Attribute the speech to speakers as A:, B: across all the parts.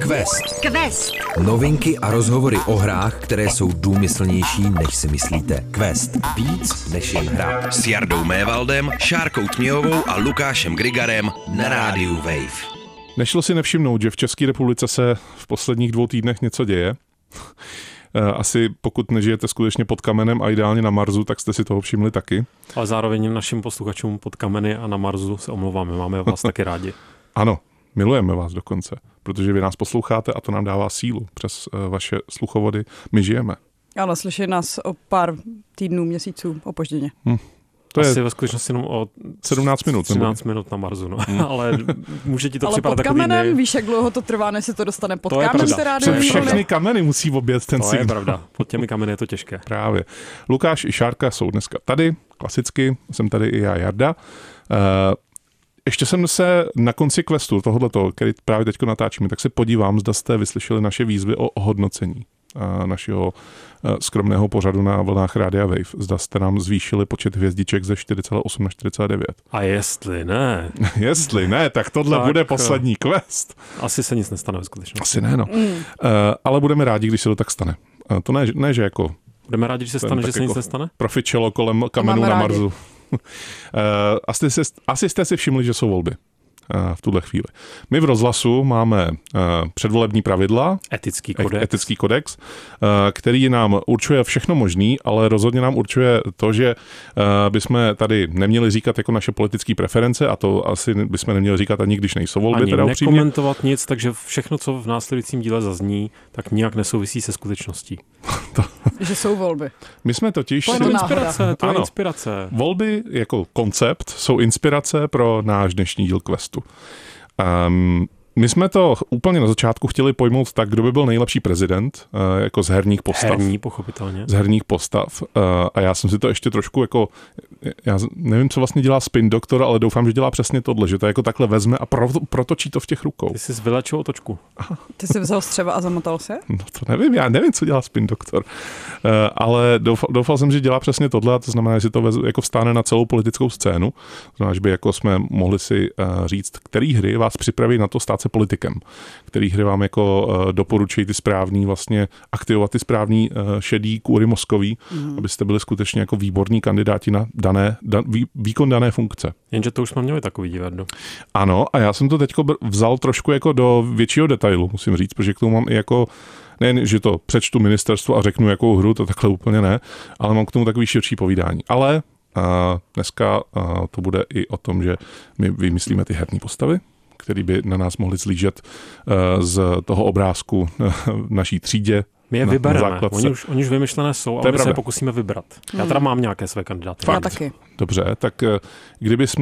A: Quest. Novinky a rozhovory o hrách, které jsou důmyslnější, než si myslíte. Quest. Víc než jen hra.
B: S Jardou Mévaldem, Šárkou Tměhovou a Lukášem Grigarem na rádiu Wave.
C: Nešlo si nevšimnout, že v České republice se v posledních 2 týdnech něco děje. Asi pokud nežijete skutečně pod kamenem a ideálně na Marsu, tak jste si toho všimli taky.
D: Ale zároveň našim posluchačům pod kameny a na Marsu se omlouváme, máme vás taky rádi.
C: Ano, milujeme vás dokonce, protože vy nás posloucháte a to nám dává sílu přes vaše sluchovody. My žijeme.
E: Ano, slyší nás o pár týdnů, měsíců opožděně.
D: To asi je ve skutečnosti jenom o
C: 17 minut.
D: 13 minut na Marsu, no. Ale může ti to připadat
E: takový... Ale pod kamenem, víš, jak dlouho to trvá, než se to dostane pod kamen?
C: Všechny kameny musí objet ten signál.
D: To je pravda, pod těmi kameny je to těžké.
C: Právě. Lukáš i Šárka jsou dneska tady, klasicky, jsem tady i já, Jarda. Ještě jsem se na konci questu tohoto, který právě teď natáčíme, tak se podívám, zda jste vyslyšeli naše výzvy o ohodnocení našeho skromného pořadu na vlnách Rádia Wave. Zda jste nám zvýšili počet hvězdiček ze 4,8 na 4,9.
D: A jestli ne?
C: Jestli ne, tak tohle bude poslední quest.
D: Asi se nic nestane ve skutečnosti.
C: Asi ne, no. Ale budeme rádi, když se to tak stane. To ne, že jako...
D: Budeme rádi, když se stane, že se nic nestane?
C: Profičelo kolem kamenů na Marsu. Asi jste si všimli, že jsou volby v tuhle chvíli. My v rozhlasu máme předvolební pravidla, etický kodex, který nám určuje všechno možný, ale rozhodně nám určuje to, že bychom tady neměli říkat jako naše politické preference, a to asi bychom neměli říkat ani když nejsou volby.
D: Ani
C: teda
D: nekomentovat nic, takže všechno, co v následujícím díle zazní, tak nijak nesouvisí se skutečností.
E: Že jsou volby.
C: My jsme totiž...
D: To je inspirace.
C: Volby jako koncept jsou inspirace pro náš dnešní díl questu. My jsme to úplně na začátku chtěli pojmout tak, kdo by byl nejlepší prezident, jako z herních postav.
D: Herní, pochopitelně.
C: Z herních postav. A já jsem si to ještě trošku jako, já nevím, co vlastně dělá Spin Doctor, ale doufám, že dělá přesně tohle, že to jako takhle vezme a protočí to v těch rukou.
D: Ty jsi vylečil otočku.
E: Aha. Ty jsi vzal střeva a zamotal se?
C: No to nevím, já nevím, co dělá Spin Doctor. Ale doufal jsem, že dělá přesně tohle, a to znamená, že si to jako vstáne na celou politickou scénu. To znamená, že by jako jsme mohli si říct, který hry vás připraví na to stát se politikem, který hry vám jako doporučují ty správný, vlastně aktivovat ty správný šedý kůry mozkový, abyste byli skutečně jako výborní kandidáti na výkon dané funkce.
D: Jenže to už jsme měli takový divadlo.
C: Ano, a já jsem to teďko vzal trošku jako do většího detailu, musím říct, protože k tomu mám i jako nejen, že to přečtu ministerstvo a řeknu, jakou hru, to takhle úplně ne, ale mám k tomu takový širší povídání. Ale dneska to bude i o tom, že my vymyslíme ty herní postavy, který by na nás mohli zlížet z toho obrázku v naší třídě.
D: My je vybereme. Oni už vymyšlené jsou, ale my se pokusíme vybrat. Já teda mám nějaké své kandidáty.
E: Já taky.
C: Dobře, tak kdybys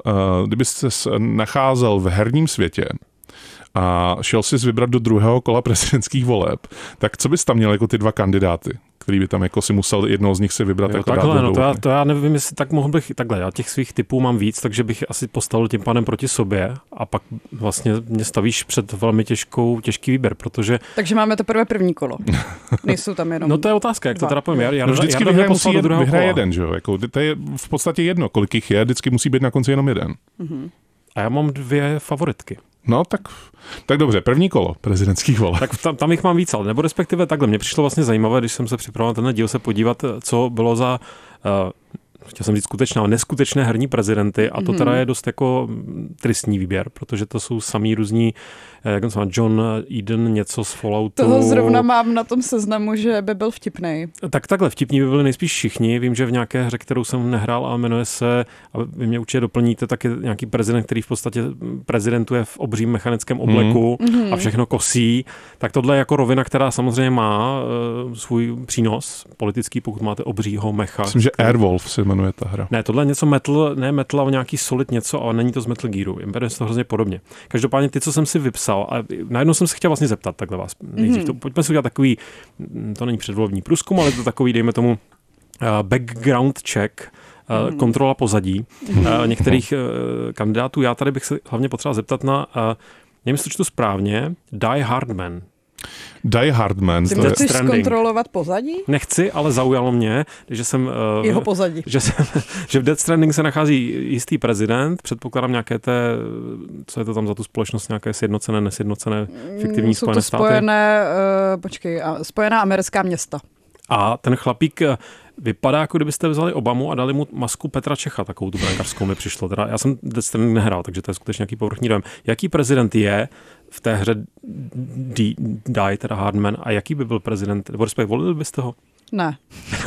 C: se nacházel v herním světě a šel si vybrat do druhého kola prezidentských voleb, tak co bys tam měl jako ty 2 kandidáty, který by tam jako si musel jednoho z nich si vybrat?
D: Jo,
C: jako
D: takhle, no, to já nevím, jestli tak mohl bych takhle. Já těch svých typů mám víc, takže bych asi postavil tím pádem proti sobě a pak vlastně mě stavíš před velmi těžký výběr, protože...
E: Takže máme teprve první kolo. Nejsou tam jenom...
D: No to je otázka, jak to teda povím.
C: Vždycky vyhraje jeden, že jo? Jako, to je v podstatě jedno, kolik jich je, vždycky musí být na konci jenom jeden.
D: A já mám 2 favoritky.
C: No, tak dobře, první kolo prezidentských voleb.
D: Tak tam jich mám víc, ale nebo respektive takhle. Mně přišlo vlastně zajímavé, když jsem se připravoval na tenhle díl, se podívat, co bylo za, chtěl jsem říct neskutečné herní prezidenty, a to teda je dost jako tristní výběr, protože to jsou samý různí, jak on se má, John Eden, něco z Falloutu.
E: Toho zrovna mám na tom seznamu, že by byl vtipnej.
D: Tak takhle, vtipní by byli nejspíš všichni. Vím, že v nějaké hře, kterou jsem nehrál a jmenuje se, a vy mě určitě doplníte, tak je nějaký prezident, který v podstatě prezidentuje v obřím mechanickém obleku a všechno kosí. Tak tohle je jako rovina, která samozřejmě má svůj přínos politický, pokud máte obřího mecha.
C: Myslím, že Airwolf se jmenuje ta hra.
D: Ne, tohle je něco metal, ale nějaký solid něco, ale není to z Metal Gearu. Jmenuje se to hrozně podobně. Každopádně ty, co jsem si vypsal, a najednou jsem se chtěl vlastně zeptat takhle vás. Pojďme si udělat takový, to není předvolební průzkum, ale to takový, dejme tomu, background check, kontrola pozadí některých kandidátů. Já tady bych se hlavně potřeboval zeptat na, nevím, jestli to čtu správně, Die Hard Man.
C: Die Hard Man.
E: Ty chceš zkontrolovat pozadí?
D: Nechci, ale zaujalo mě, že jsem...
E: Jeho pozadí.
D: Že v Death Stranding se nachází jistý prezident, předpokládám nějaké co je to tam za tu společnost, nějaké sjednocené, nesjednocené, fiktivní Spojené státy?
E: Spojená americká města.
D: A ten chlapík vypadá, jako kdybyste vzali Obamu a dali mu masku Petra Čecha, takovou tu brankářskou mi přišlo. Teda já jsem Death Stranding nehrál, takže to je skutečně nějaký povrchní dojem. Jaký prezident je v té hře Die, teda Hardman, a jaký by byl prezident, nebo respektive volili byste ho?
E: Ne.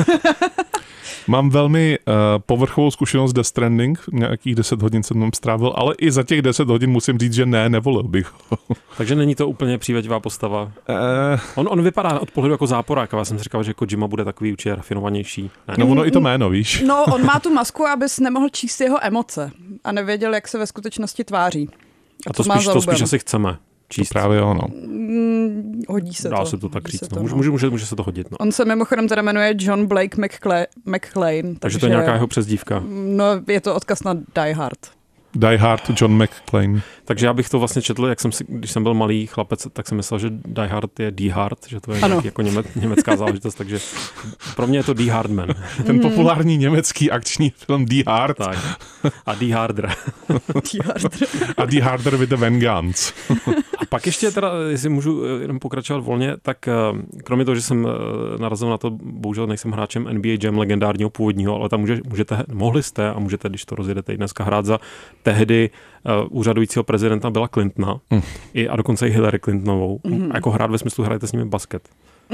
C: Mám velmi povrchovou zkušenost Death Stranding, nějakých 10 hodin jsem tam strávil, ale i za těch 10 hodin musím říct, že nevolil bych ho.
D: Takže není to úplně přívětivá postava. On vypadá od pohledu jako záporák, a já jsem si říkal, že Kojima bude takový určitě rafinovanější. Ne?
C: No ono i to jméno, víš.
E: No, on má tu masku, abys nemohl číst jeho emoce a nevěděl, jak se ve skutečnosti tváří.
D: A to spíš asi chceme číst.
C: To právě ono.
E: Hodí se
D: Dá
E: to.
D: se to tak říct.
E: To,
D: může se to hodit. No.
E: On se mimochodem teda jmenuje John Blake McClane.
D: Takže to je nějaká jeho přezdívka.
E: No, je to odkaz na Die Hard.
C: Die Hard, John McClane.
D: Takže já bych to vlastně četl, když jsem byl malý chlapec, tak jsem myslel, že Die Hard je Die Hard, že to je jako německá záležitost, takže pro mě je to Die Hardman.
C: Ten populární německý akční film Die Hard.
D: Tak. A Die Harder.
C: A Die Harder with the Vengeance.
D: A pak ještě teda, jestli můžu jenom pokračovat volně, tak kromě toho, že jsem narazil na to, bohužel nejsem hráčem NBA Jam legendárního původního, ale tam mohli jste a můžete, když to rozjedete i dneska, hrát za tehdy úřadujícího prezidenta Billa Clintona a dokonce i Hillary Clintonovou. A jako hrát ve smyslu hrajete s nimi basket.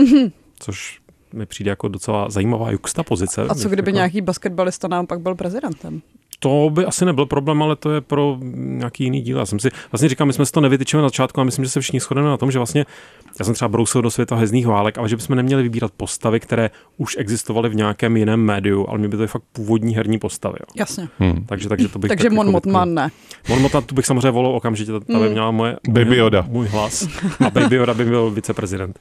D: Což mi přijde jako docela zajímavá juxtapozice.
E: A co kdyby nějaký basketbalista naopak byl prezidentem?
D: To by asi nebyl problém, ale to je pro nějaký jiný díl. Já jsem si vlastně říkal, my jsme si to nevytyčili na začátku a myslím, že se všichni shodneme na tom, že vlastně já jsem třeba brousil do světa hvězdných válek, ale že bychom neměli vybírat postavy, které už existovaly v nějakém jiném médiu, ale mě by to je fakt původní herní postavy. Jo.
E: Jasně.
D: Takže to bych
E: takže Mon Mothman ne.
D: Mon Mothman tu bych samozřejmě volil okamžitě, ta by měla
C: Baby Yoda.
D: Můj hlas. A Baby Yoda by byl viceprezident.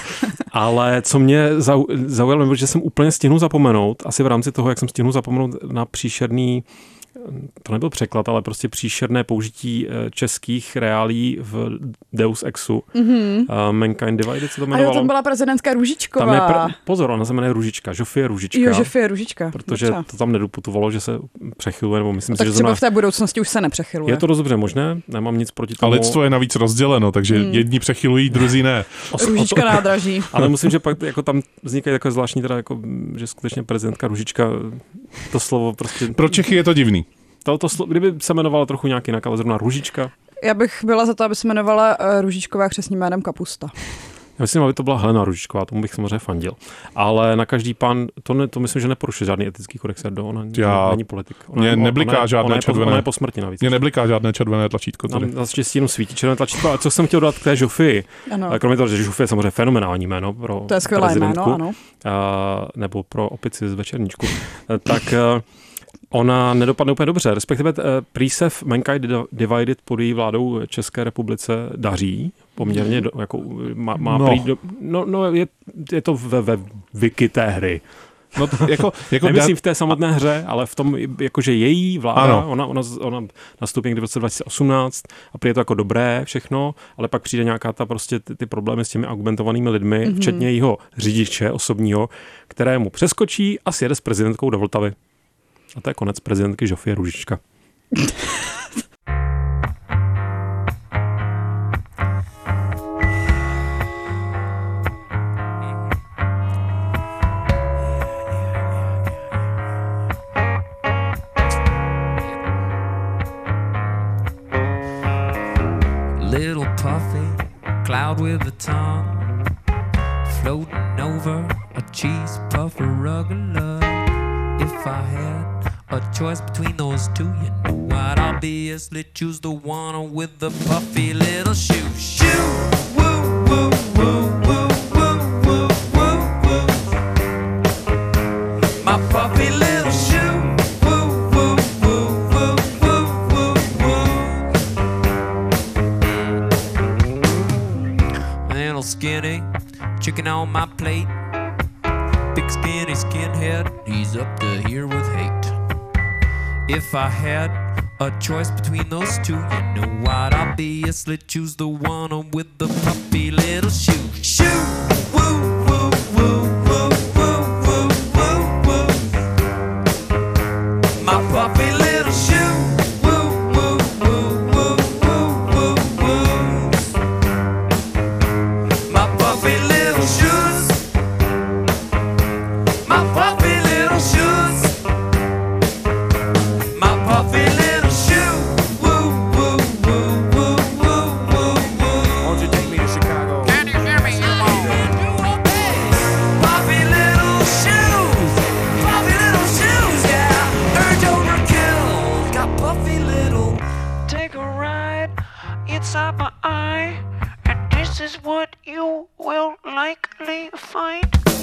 D: Ale co mě zaujalo, že jsem úplně stihnul zapomenout, asi v rámci toho, jak jsem stihnul zapomenout na příšerný, to nebyl překlad, ale prostě příšerné použití českých reálí v Deus Exu. Mankind Divided se to jmenovalo.
E: A jo, tam byla prezidentská Růžičková.
D: Tam je pozor, ona se jmenuje Růžička, Žofie Růžička.
E: Jo, Žofie Růžička.
D: Protože
E: dobře.
D: to tam nedoputovalo, že se přechyluje, nebo myslím si,
E: tak
D: že
E: třeba v té budoucnosti už se nepřechyluje.
D: Je to dost dobře možné, nemám nic proti tomu.
C: A lidstvo je navíc rozděleno, takže jedni přechylují, druzí ne.
E: Růžička nádraží.
D: Ale musím, že pak jako tam vznikají takové zvláštní, teda jako, že skutečně prezidentka Růžička, to slovo prostě...
C: Pro Čechy je to divný.
D: Kdyby se jmenovala trochu nějak jinak, ale zrovna Růžička.
E: Já bych byla za to, aby se jmenovala Růžičková křestním jménem Kapusta.
D: Já myslím, aby to byla Helena Růžičková, tomu bych samozřejmě fandil. Ale na každý pán, to myslím, že neporušuje žádný etický kodex, ona není politik.
C: Mně nebliká žádné červené.
D: Ona je po smrti navíc.
C: Mně nebliká žádné červené tlačítko.
D: Na štěstí jenom svítí červené tlačítko. Ale co jsem chtěl dát k té Žofii, kromě toho, že Žofie je samozřejmě fenomenální jméno pro
E: to je skvělé jméno, ano.
D: Nebo pro opici z Večerníčku, tak... Ona nedopadne úplně dobře, respektive prý se v Mankind Divided pod její vládou České republice daří poměrně, jako má prý je to ve wiki té hry.
C: No, jako
D: nemyslím v té samotné hře, ale v tom, jakože její vláda, ona nastoupí někdy v roce 2018 a prý je to jako dobré všechno, ale pak přijde nějaká ta prostě ty problémy s těmi argumentovanými lidmi, včetně jejího řidiče osobního, kterému přeskočí a sjede s prezidentkou do Vltavy. A to je konec prezidentky Žofie Růžička.
F: Little puffy cloud with a tongue floating over a cheese puff rug of love. If I had a choice between those two, you know I'd obviously choose the one with the puffy little shoe. Shoo! Woo, woo, woo, woo, woo, woo, woo, woo. My puffy little shoe. Woo, woo, woo, woo, woo, woo, woo. Little skinny chicken on my plate. Big skinny skinhead, he's up to here with hate. If I had a choice between those two, you know I'd obviously choose the one with the puppy little shoe. Shoe!
G: this is what you will likely find.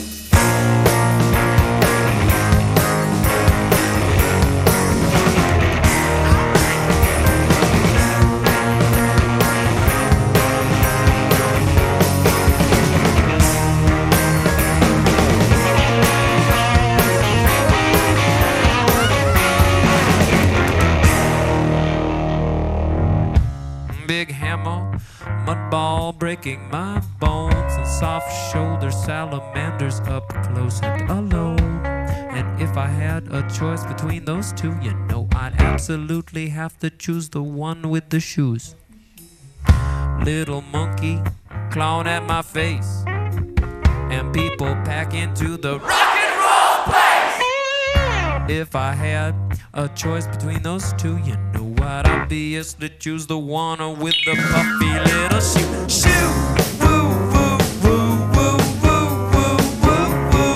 F: Big hammer, mud ball breaking my bones, and soft shoulder salamanders up close and alone. And if I had a choice between those two, you know I'd absolutely have to choose the one with the shoes. Little monkey clawing at my face, and people pack into the rock and roll place. If I had a choice between those two, you know I'd obviously choose the one with the puffy little shoe. Shoe! Woo, woo, woo, woo, woo, woo, woo, woo.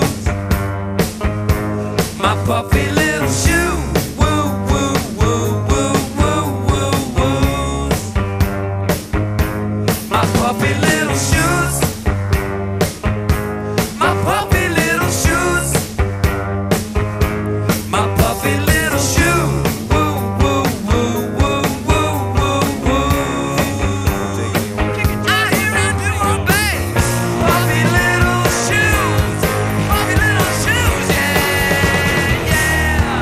F: My puffy little shoe. Woo, woo, woo, woo, woo, woo, woo. My puffy little shoes. My puffy little shoes. My puffy little shoe. Woo, woo, woo, woo, woo, woo, woo. I hear I do obey. Puffy little shoes. Puffy little shoes. Yeah, yeah.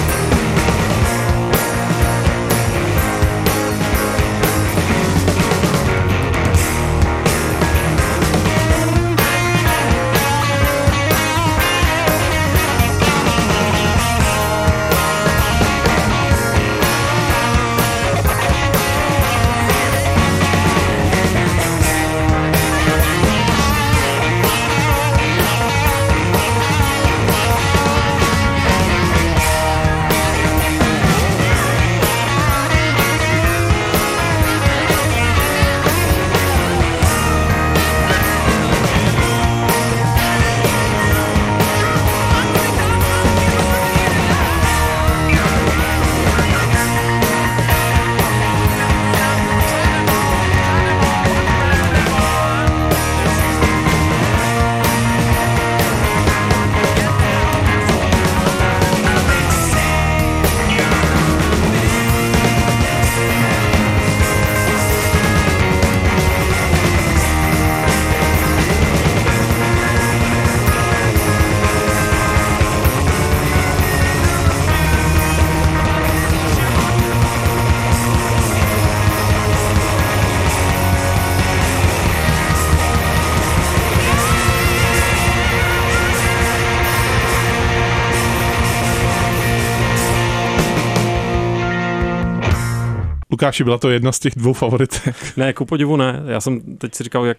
C: Lukáši, byla to jedna z těch dvou favoritek?
D: Ne, ku podivu ne. Já jsem teď si říkal,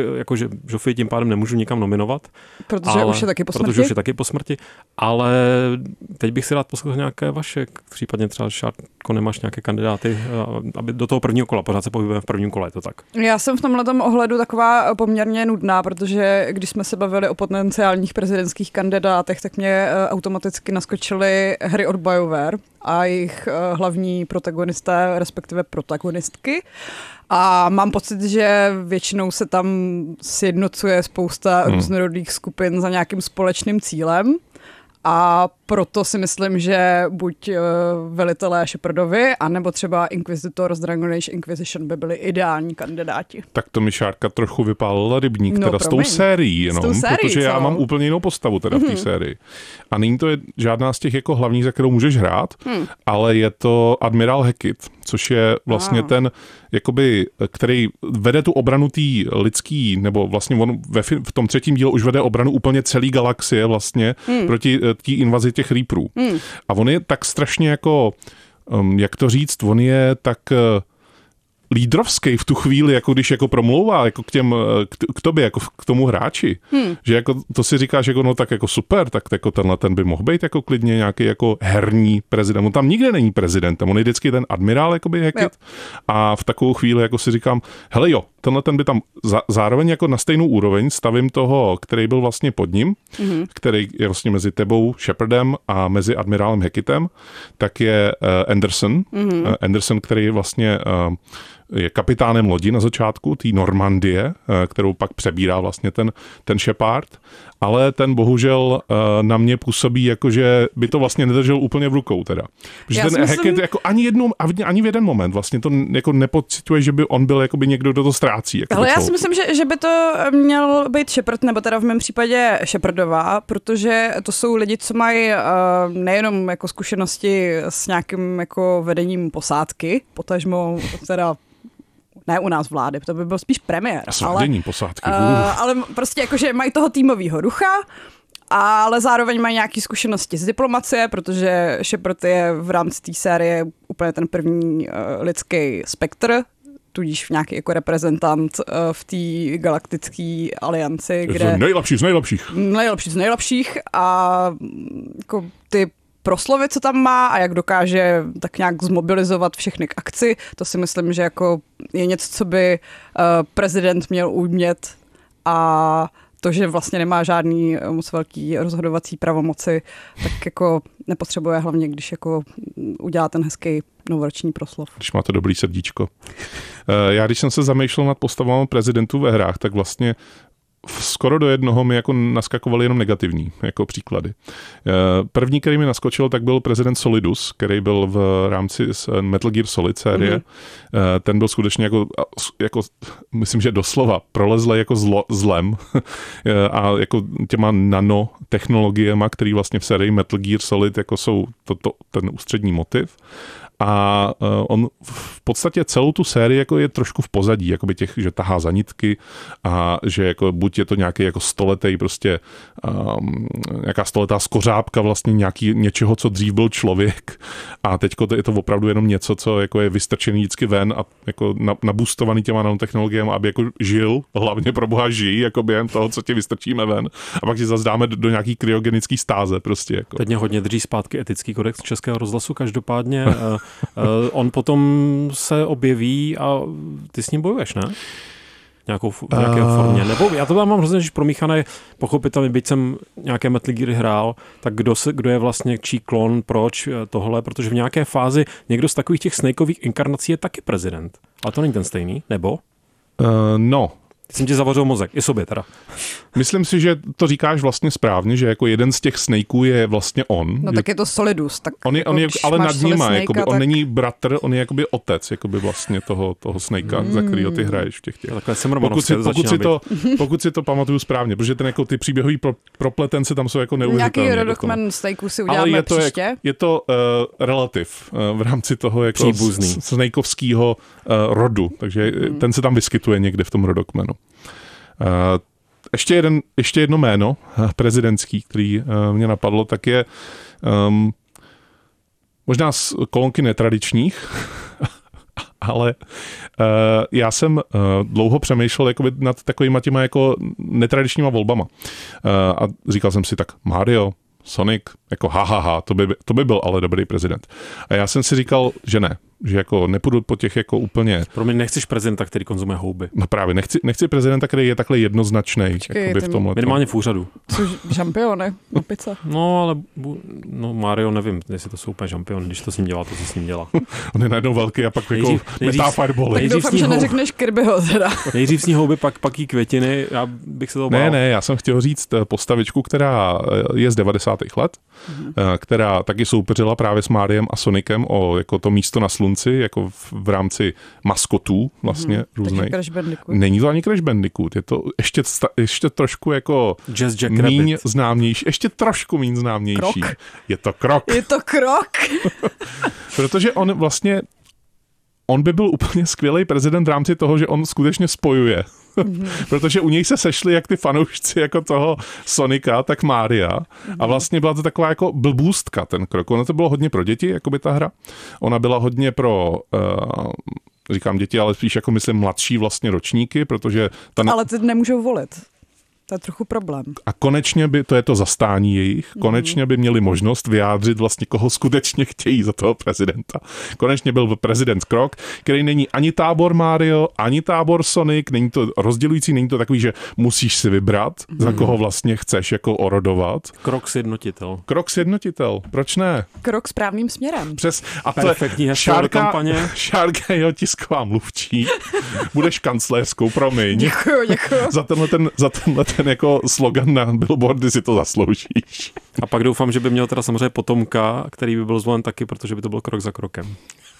D: že Žofii tím pádem nemůžu nikam nominovat.
E: Protože už je taky po smrti.
D: Protože už je taky po smrti. Ale teď bych si rád poslechl nějaké vaše, případně třeba Šárko, nemáš nějaké kandidáty, aby do toho prvního kola, pořád se pohybujeme v prvním kole, je to tak?
E: Já jsem v tomhletom ohledu taková poměrně nudná, protože když jsme se bavili o potenciálních prezidentských kandidátech, tak mě automaticky naskočily hry od BioWare a jejich hlavní protagonisté, respektive protagonistky. A mám pocit, že většinou se tam sjednocuje spousta různorodých skupin za nějakým společným cílem. A proto si myslím, že buď velitelé Shepardovi, anebo třeba Inquisitor z Dragon Age Inquisition by byli ideální kandidáti.
C: Tak to mi Šárka trochu vypálila rybník, teda s tou sérií jenom, protože já mám úplně jinou postavu teda v té sérii. A není to žádná z těch jako hlavních, za kterou můžeš hrát, ale je to Admiral Hackett, což je vlastně ten, jakoby, který vede tu obranu tý lidský, nebo vlastně on v tom třetím dílu už vede obranu úplně celý galaxie vlastně proti té invazi těch Reaperů. A on je tak strašně jako, jak to říct, on je tak lídrovský v tu chvíli, jako když jako promlouvá jako k tobě, jako k tomu hráči. Že jako to si říkáš, jako no tak jako super, tak jako ten by mohl být jako klidně nějaký jako herní prezident. On tam nikde není prezidentem, on je vždycky ten admirál jakoby Hackett. A v takovou chvíli jako si říkám, hele jo, ten by tam zároveň jako na stejnou úroveň stavím toho, který byl vlastně pod ním, který je vlastně mezi tebou Shepardem a mezi admirálem Hackettem, tak je Anderson. Anderson, který vlastně je kapitánem lodi na začátku, té Normandie, kterou pak přebírá vlastně ten Shepard, ale ten bohužel na mě působí jako, že by to vlastně nedržel úplně v rukou teda. Protože ten Hackett jako ani v jeden moment vlastně to jako nepocituje, že by on byl jakoby někdo, kdo to ztrácí.
E: Ale já si myslím, že by to měl být Shepard, nebo teda v mém případě Shepardová, protože to jsou lidi, co mají nejenom jako zkušenosti s nějakým jako vedením posádky, potažmo teda ne u nás vlády, to by byl spíš premiér.
C: A s vedením posádky.
E: Ale prostě jakože mají toho týmového ducha, ale zároveň mají nějaké zkušenosti z diplomacie, protože Shepard je v rámci té série úplně ten první lidský spektr, tudíž nějaký jako reprezentant v té galaktické alianci, kde...
C: Nejlepší z nejlepších.
E: Nejlepší z nejlepších a jako ty proslovy, co tam má a jak dokáže tak nějak zmobilizovat všechny k akci, to si myslím, že jako je něco, co by prezident měl umět a to, že vlastně nemá žádný moc velký rozhodovací pravomoci, tak jako nepotřebuje hlavně, když jako udělá ten hezký novoroční proslov.
C: Když má to dobrý srdíčko. Já když jsem se zamýšlel nad postavami prezidentů ve hrách, tak vlastně skoro do jednoho mi jako naskakovaly jenom negativní jako příklady. První, který mi naskočil, tak byl prezident Solidus, který byl v rámci Metal Gear Solid série. Ten byl skutečně jako myslím, že doslova prolezlej jako zlem a jako těma nanotechnologiema, který vlastně v sérii Metal Gear Solid jako jsou ten ústřední motiv. A on v podstatě celou tu sérii jako je trošku v pozadí, jakoby těch, že tahá za nitky a že jako buď je to nějaký jako stoletý prostě nějaká stoletá skořápka vlastně něčeho, co dřív byl člověk a teďko je to opravdu jenom něco, co jako je vystrčený vždycky ven a jako nabustovaný těma nanotechnologiemi, aby jako žil, hlavně pro boha žijí, jako během toho, co tě vystrčíme ven a pak si zase dáme do nějaký kryogenický stáze prostě. Jako.
D: Teď mě hodně drží zpátky etický kodex Českého rozhlasu, každopádně on potom se objeví a ty s ním bojuješ, ne? V nějaké formě. Nebo já to mám hrozně promíchané, pochopitelně, byť jsem nějaké Metal Gear hrál, tak kdo je vlastně čí klon, proč tohle, protože v nějaké fázi někdo z takových těch Snakeových inkarnací je taky prezident. Ale to není ten stejný, nebo?
C: No.
D: Teď jsem ti zavařil mozek, i sobě teda.
C: Myslím si, že to říkáš vlastně správně, že jako jeden z těch Snakeů je vlastně on.
E: No tak je to Solidus. Tak
C: on je ale nad nima, jakoby, on není bratr, on je jakoby otec jakoby vlastně toho Snakea, za kterýho ty hraješ v těch. Pokud si to pamatuju správně, protože ten jako ty příběhový propletence tam jsou jako neuvěřitelné.
E: Nějaký rodokmen Snakeů si uděláme příště.
C: Je to relativ v rámci toho jako Snakeovského rodu, takže ten se tam vyskytuje někde v tom rodokmenu. Ještě jedno jméno prezidentský, který mě napadlo, tak je možná z kolonky netradičních, ale já jsem dlouho přemýšlel nad takovýma těma jako netradičníma volbama. A říkal jsem si tak, Mario, Sonic, jako to by byl ale dobrý prezident. A já jsem si říkal, že ne. Že jako nepůjdu po těch jako úplně...
D: Pro mě nechceš prezidenta, který konzumuje houby.
C: No právě, nechci prezidenta, který je takhle jednoznačnej. V tomhle
D: minimálně v úřadu.
E: Žampiony na pizza.
D: No, ale Mario, nevím, jestli to jsou úplně žampiony, když to s ním dělá, to co s ním dělá.
C: On je najednou velký a pak jako metá firebally.
E: Doufám, že neřekneš Kirbyho teda.
D: Nejdřív sní houby, pak jí květiny, já bych se to bál.
C: Ne, já jsem chtěl říct postavičku, která je z 90. let, která taky soupeřila právě s Mariem a Sonicem o jako to místo na slunci, jako v rámci maskotů vlastně různých. Není to ani Crash Bandicoot, je to ještě trošku jako míň známější, ještě trošku míň známější.
E: Krok.
C: Je to Krok. Protože on by byl úplně skvělý prezident v rámci toho, že on skutečně spojuje. Protože u něj se sešli jak ty fanoušci jako toho Sonika, tak Mária. A vlastně byla to taková jako blbůstka ten Krok. Ono to bylo hodně pro děti, jako by ta hra. Ona byla hodně pro... říkám děti, ale spíš jako myslím mladší vlastně ročníky, protože...
E: Ale ty nemůžou volit. To je trochu problém.
C: A konečně by, to je to zastání jejich, konečně by měli možnost vyjádřit vlastně, koho skutečně chtějí za toho prezidenta. Konečně byl prezident krok, který není ani tábor Mario, ani tábor Sonic, není to rozdělující, není to takový, že musíš si vybrat, za koho vlastně chceš jako orodovat.
D: Krok sjednotitel.
C: Krok sjednotitel, proč ne?
E: Krok správným směrem.
C: A to
D: perfektní heslo do kampaně.
C: Šárka je tisková mluvčí. Budeš kancléřskou, promiň.
E: Děkuju.
C: Za tenhle ten jako slogan na billboardy si to zasloužíš.
D: A pak doufám, že by měl teda samozřejmě potomka, který by byl zvolen taky, protože by to byl krok za krokem.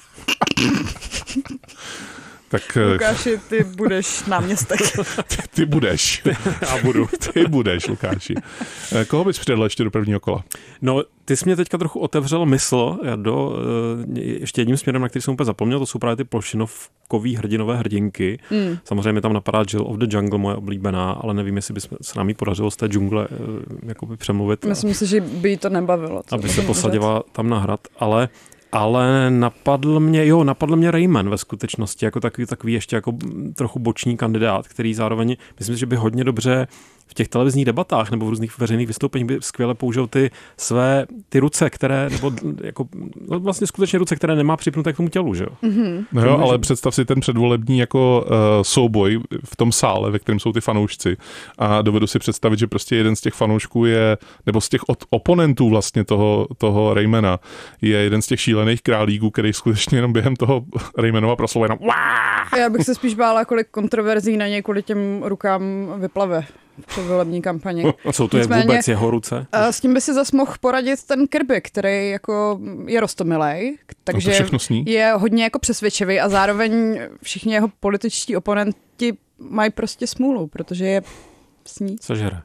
C: Tak,
E: Lukáši, ty budeš náměstek.
C: Ty budeš.
D: Já budu.
C: Ty budeš, Lukáši. Koho bys přidal ještě do prvního kola?
D: No, ty jsi mě teďka trochu otevřel mysl ještě jedním směrem, na který jsem úplně zapomněl, to jsou právě ty plošinovkový hrdinové hrdinky. Samozřejmě tam napadá Jill of the Jungle, moje oblíbená, ale nevím, jestli by se nám jí podařilo z té džungle jakoby přemluvit.
E: Myslím si, že by jí to nebavilo.
D: Aby se posadila tam na hrad, ale napadl mě Rayman ve skutečnosti, jako takový ještě jako trochu boční kandidát, který zároveň, myslím si, že by hodně dobře v těch televizních debatách nebo v různých veřejných vystoupeních by skvěle použil ty ruce, které, nebo jako, vlastně skutečně ruce, které nemá připnuté k tomu tělu, že jo?
E: Mm-hmm.
C: No jo, ale představ si ten předvolební jako souboj v tom sále, ve kterém jsou ty fanoušci, a dovedu si představit, že prostě jeden z těch fanoušků je, nebo z těch oponentů vlastně toho Raymana, je jeden z těch šílených králíků, který skutečně jenom během toho Raymanova proslova jenom
E: Já bych se spíš bála, kolik kontroverzí na něj kvůli těm rukám vyplave v předvolební kampani.
D: Jsou to vůbec jeho ruce?
E: S tím by si zas mohl poradit ten Kirby, který jako je roztomilej, takže je hodně jako přesvědčivý a zároveň všichni jeho političtí oponenti mají prostě smůlu, protože je sní.
D: Sežere.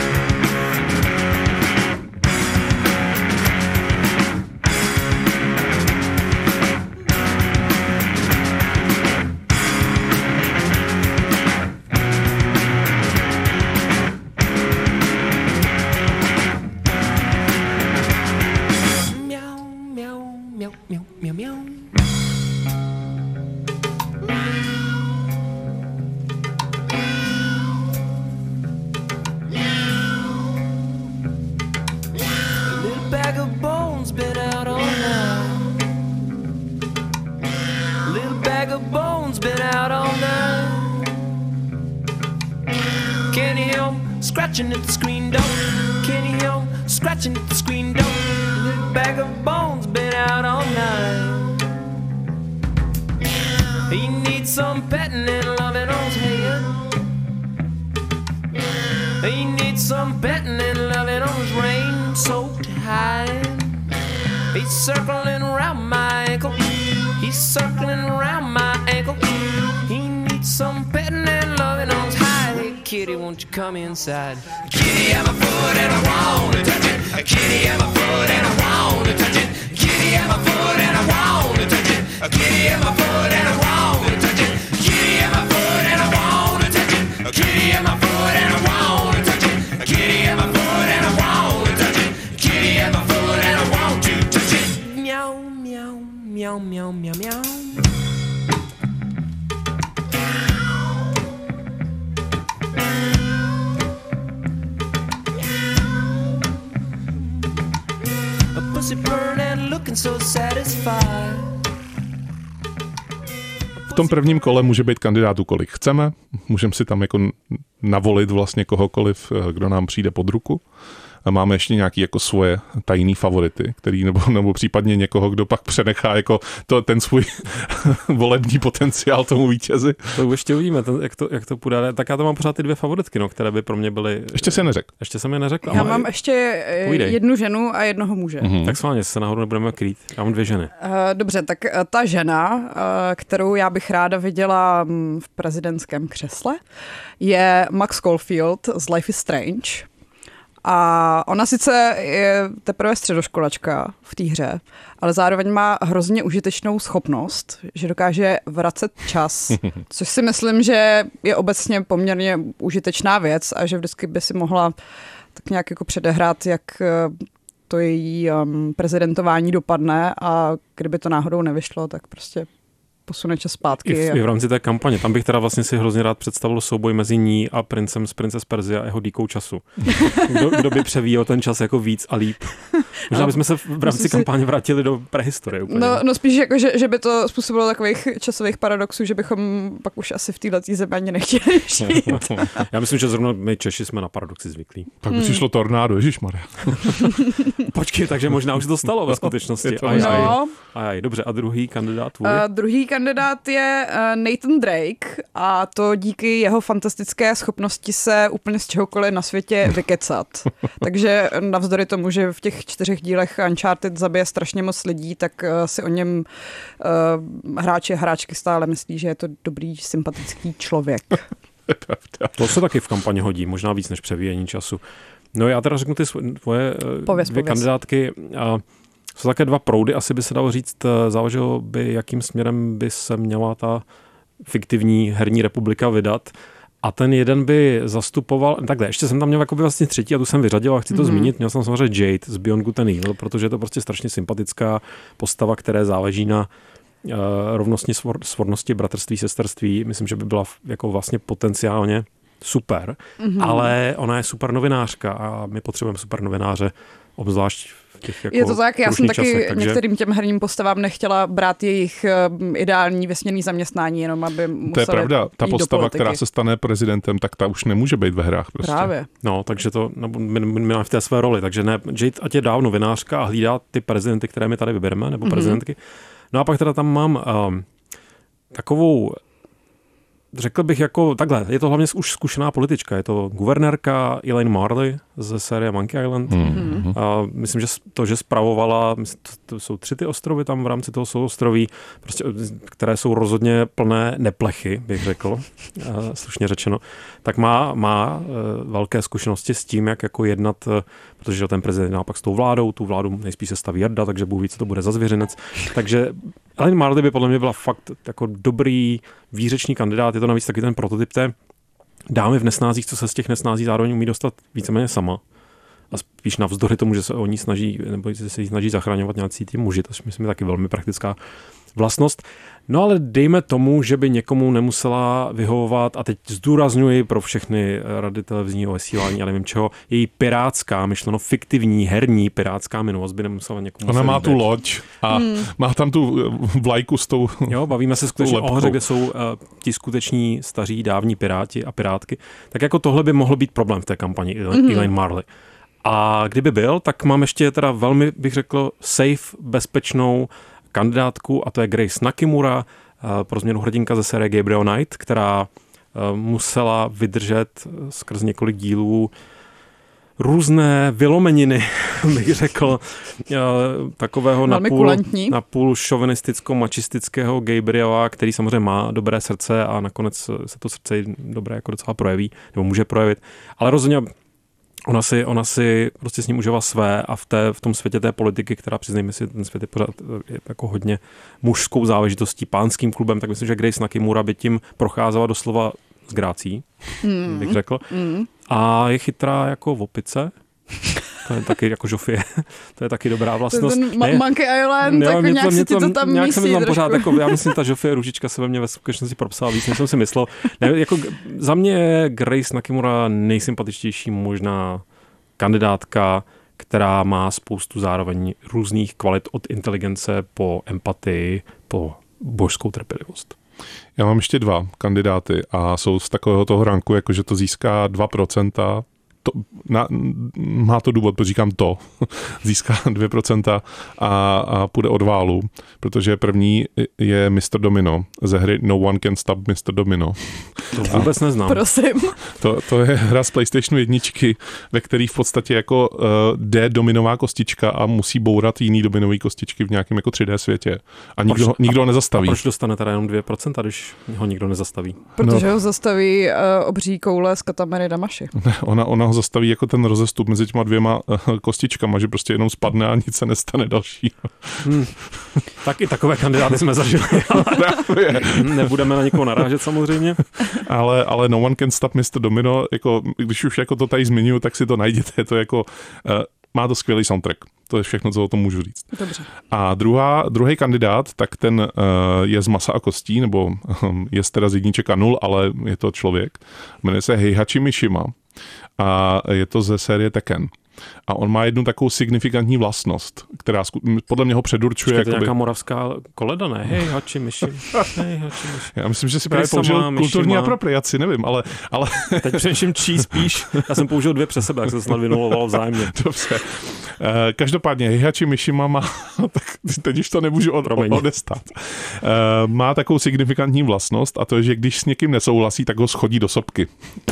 F: Scratching at the screen door, Kenny Hill, scratching at the screen door. Little bag of bones been out all night. He needs some petting and loving on his head. He needs some petting and loving on his rain-soaked hide. He's circling around my ankle. He's circling around my ankle. He needs some petting and loving on his hide. Kitty, won't you come inside? Kitty, I'm a foot and I wanna touch it. Kitty, I'm a foot and I wanna touch it. Kitty, I'm a foot and I wanna touch it. Kitty, I'm a foot and I wanna touch it. Kitty, I'm a foot and I wanna touch it. Kitty, I'm a foot and I wanna touch it. Kitty, I'm a foot and I wanna touch it. Kitty, I'm a foot and I want to touch it. Meow, meow, meow, meow, meow, meow.
C: V tom prvním kole může být kandidátů, kolik chceme. Můžeme si tam jako navolit vlastně kohokoliv, kdo nám přijde pod ruku. A máme ještě nějaký jako svoje tajný favority, který nebo případně někoho, kdo pak přenechá jako ten svůj volební potenciál tomu vítězi.
D: To ještě uvidíme, jak to půjde. Tak já tam mám pořád ty dvě favoritky, které by pro mě byly...
C: Ještě se neřekl.
D: Ještě jsem je neřekl.
E: Já mám ještě jednu ženu a jednoho muže.
D: Tak sválně se náhodou nebudeme krýt. Já mám dvě ženy.
E: Dobře, tak ta žena, kterou já bych ráda viděla v prezidentském křesle, je Max Caulfield z Life is Strange. A ona sice je teprve středoškolačka v té hře, ale zároveň má hrozně užitečnou schopnost, že dokáže vracet čas, což si myslím, že je obecně poměrně užitečná věc a že vždycky by si mohla tak nějak jako předehrát, jak to její prezidentování dopadne a kdyby to náhodou nevyšlo, tak prostě posune čas zpátky.
D: I v rámci té kampaně. Tam bych teda vlastně si hrozně rád představil souboj mezi ní a princem z Prince z Perzie a jeho dýkou času. Kdo by převíjel ten čas jako víc a líp. Možná bychom se v rámci kampaně vrátili do prehistorie úplně.
E: No spíš jako, že by to způsobilo takových časových paradoxů, že bychom pak už asi v této zemi ani nechtěli žít.
D: Já myslím, že zrovna my Češi jsme na paradoxy zvyklí.
C: Tak by přišlo tornádo, ježišmarja.
D: Počkej, takže možná už to stalo ve skutečnosti. Dobře, a druhý kandidát tvůj?
E: Druhý kandidát je Nathan Drake a to díky jeho fantastické schopnosti se úplně z čehokoliv na světě vykecat. Takže navzdory tomu, že v těch 4 dílech Uncharted zabije strašně moc lidí, tak si o něm hráči a hráčky stále myslí, že je to dobrý, sympatický člověk.
D: To se taky v kampani hodí, možná víc než převíjení času. No já teda řeknu ty tvoje dvě kandidátky. Jsou také 2 proudy, asi by se dalo říct, záleželo by, jakým směrem by se měla ta fiktivní herní republika vydat. A ten jeden by zastupoval, takhle, ještě jsem tam měl jakoby vlastně třetí a tu jsem vyřadil a chci to zmínit. Měl jsem samozřejmě Jade z Beyond Good and Evil, protože je to prostě strašně sympatická postava, které záleží na rovnosti, svornosti, bratrství, sesterství. Myslím, že by byla jako vlastně potenciálně super, ale ona je super novinářka a my potřebujeme super novináře, obzvlášť v těch jako
E: je to tak, já jsem taky
D: časech, takže...
E: některým těm herním postavám nechtěla brát jejich ideální vesměrný zaměstnání, jenom aby museli.
C: To je pravda, ta postava, která se stane prezidentem, tak ta už nemůže být ve hrách prostě.
E: Právě.
D: No, takže to my v té své roli, takže ne, Jade ať je dál novinářka a hlídá ty prezidenty, které my tady vybereme, nebo prezidentky. No a pak teda tam mám takovou, řekl bych jako takhle, je to hlavně už zkušená politička, je to guvernérka Elaine Marley ze série Monkey Island. A myslím, že to, že spravovala, to jsou 3 ty ostrovy tam v rámci toho souostroví, prostě, které jsou rozhodně plné neplechy, bych řekl, slušně řečeno, tak má velké zkušenosti s tím, jak jako jednat, protože ten prezident naopak s tou vládou, tu vládu nejspíš se staví Jarda, takže Bůh ví, co to bude za zvěřinec. Takže Elaine Marley by podle mě byla fakt jako dobrý výřečný kandidát, je to navíc taky ten prototyp té dámy v nesnázích, co se z těch nesnází zároveň umí dostat víceméně sama. A spíš navzdory tomu, že se o ní snaží, nebo se jí snaží zachraňovat nějací ty muži, to myslím je taky velmi praktická vlastnost. No ale dejme tomu, že by někomu nemusela vyhovovat, a teď zdůrazňuji pro všechny rady televizního vysílání, ale nevím čeho, její pirátská, myšleno fiktivní, herní pirátská minulost by nemusela někomu.
C: Ona má tu loď a má tam tu vlajku s tou. Jo,
D: bavíme se skutečně o hře, kde jsou ti skuteční staří dávní piráti a pirátky. Tak jako tohle by mohl být problém v té kampani Elaine Marley. A kdyby byl, tak mám ještě teda velmi, bych řekl, safe, bezpečnou kandidátku a to je Grace Nakimura, pro změnu hrdinka ze série Gabriel Knight, která musela vydržet skrz několik dílů různé vylomeniny, bych řekl, takového napůl šovinisticko-mačistického Gabriela, který samozřejmě má dobré srdce a nakonec se to srdce dobré jako docela projeví, nebo může projevit, ale rozhodně Ona si prostě s ním užila své a v tom světě té politiky, která přiznejme si, ten svět je pořád jako hodně mužskou záležitostí, pánským klubem, tak myslím, že Grace Nakimura by tím procházela doslova s grácí, bych řekl. A je chytrá jako opice. To je taky jako Žofie. To je taky dobrá vlastnost.
E: Monkey Island, jako nějak si ti to tam
D: nějak
E: mísí.
D: Se mi tam pořád, jako, já myslím, ta Žofie Růžička se ve mně ve skutečnosti propsala víc, než jsem si myslel. Ne, jako, za mě je Grace Nakimura nejsympatičtější možná kandidátka, která má spoustu zároveň různých kvalit od inteligence po empatii, po božskou trpělivost.
C: Já mám ještě 2 kandidáty a jsou z takového toho ranku, jakože to získá 2%. Má to důvod, protože říkám to, získá 2% a půjde od válu, protože první je Mr. Domino ze hry No One Can Stop Mr. Domino.
D: To vůbec neznám.
E: Prosím.
C: To je hra z PlayStationu 1, ve který v podstatě jako jde dominová kostička a musí bourat jiný dominový kostičky v nějakém jako 3D světě. A nikdo ho nezastaví.
D: A proč dostane teda jenom 2%, když ho nikdo nezastaví?
E: Protože ho zastaví obří koule z Katamari Damacy.
C: Ona ho zastaví jako ten rozestup mezi těma 2 kostičkama, že prostě jenom spadne a nic se nestane další.
D: Taky takové kandidáty jsme zažili, ale nebudeme na někoho narážet samozřejmě.
C: Ale No One Can Stop Mr. Domino, jako, když už jako to tady zmiňuji, tak si to najděte, je to jako, má to skvělý soundtrack. To je všechno, co o tom můžu říct.
E: Dobře.
C: A druhý kandidát, tak ten je z masa a kostí, nebo je teda z jedniček a nul, ale je to člověk. Jmenuje se Heihachi Mishima a je to ze série Tekken. A on má jednu takovou signifikantní vlastnost, která podle mě ho předurčuje.
D: Je to nějaká moravská koleda, ne? Heihachi Mishima.
C: Já myslím, že si právě použil kulturní apropriaci, nevím, ale...
D: Teď především čí spíš. Já jsem použil 2 přes sebe, jak se to snad vynulovalo vzájemně.
C: Dobře. Každopádně Heihachi Mishima má, tak teď už to nemůžu odestat, má takovou signifikantní vlastnost a to je, že když s někým nesouhlasí, tak ho schodí do sopky.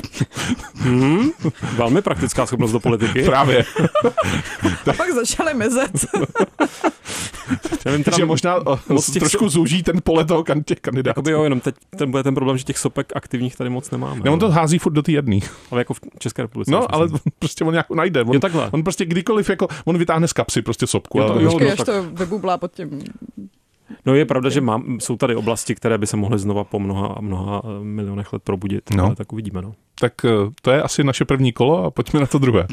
D: Velmi praktická schopnost do politiky.
C: Právě.
E: A pak začali mizet.
C: Takže možná trošku zúží ten pole toho těch kandidátů.
D: Jakoby jo, jenom teď bude ten problém, že těch sopek aktivních tady moc nemáme.
C: Ne, on to hází furt do té jedné.
D: Ale jako v České republice.
C: No, ale prostě on nějakou najde. On prostě kdykoliv, jako, on vytáhne z kapsy prostě sopku.
E: Až to vybublá pod tím.
D: No je pravda, že jsou tady oblasti, které by se mohly znova po mnoha milionech let probudit. No. Ale tak uvidíme. No.
C: Tak to je asi naše první kolo a pojďme na to druhé.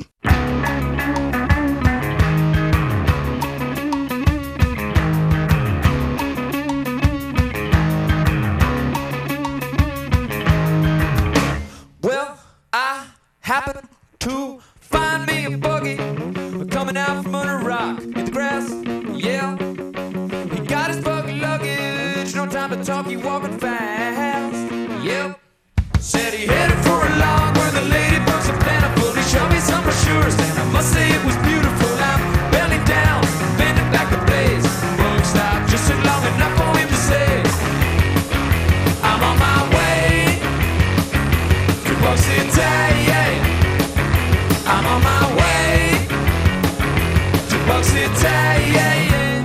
F: Happen to find me a buggy coming out from under a rock in the grass, yeah. He got his buggy luggage, no time to talk, he walking fast, yeah. Said he headed for a log where the ladybugs are plentiful. He showed me some brochures and I must say it was beautiful. I'm belly down, bending back the blaze. Bug stopped just long enough for him to say, I'm on my way to Bug City. I'm on my way to Bug City, yeah, yeah.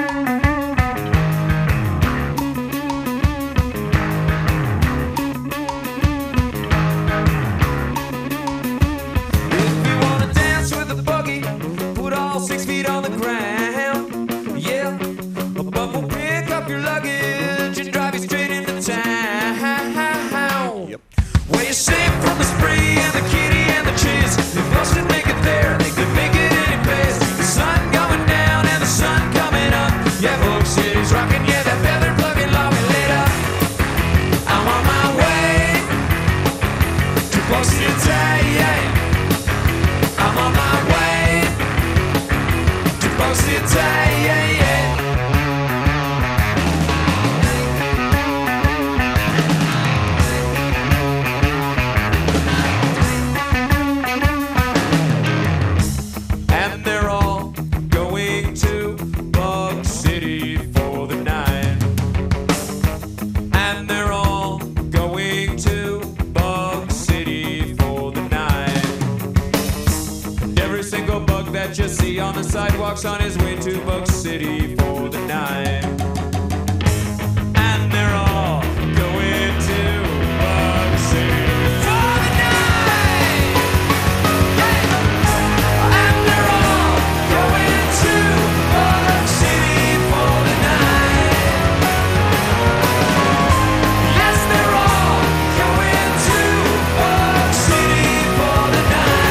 F: If you wanna dance with a buggy, put all 6 feet on the ground, yeah. But we'll pick up your luggage and drive you straight into town. Yep. Where you're safe from the spree and the kitty and the cheese. If us could make it there, they could make it any place. The sun going down and the sun coming up. Yeah, Bug City's rocking, yeah, that feather plugging long and lit up. I'm on my way to Bug City, yeah. I'm on my way to Bug City, yeah, yeah. You see on the sidewalks on his way to Bug City for the night. And they're all going to Bug City for the night. Yeah. And they're all going to Bug City for the night. Yes, they're all going to Bug City for the night.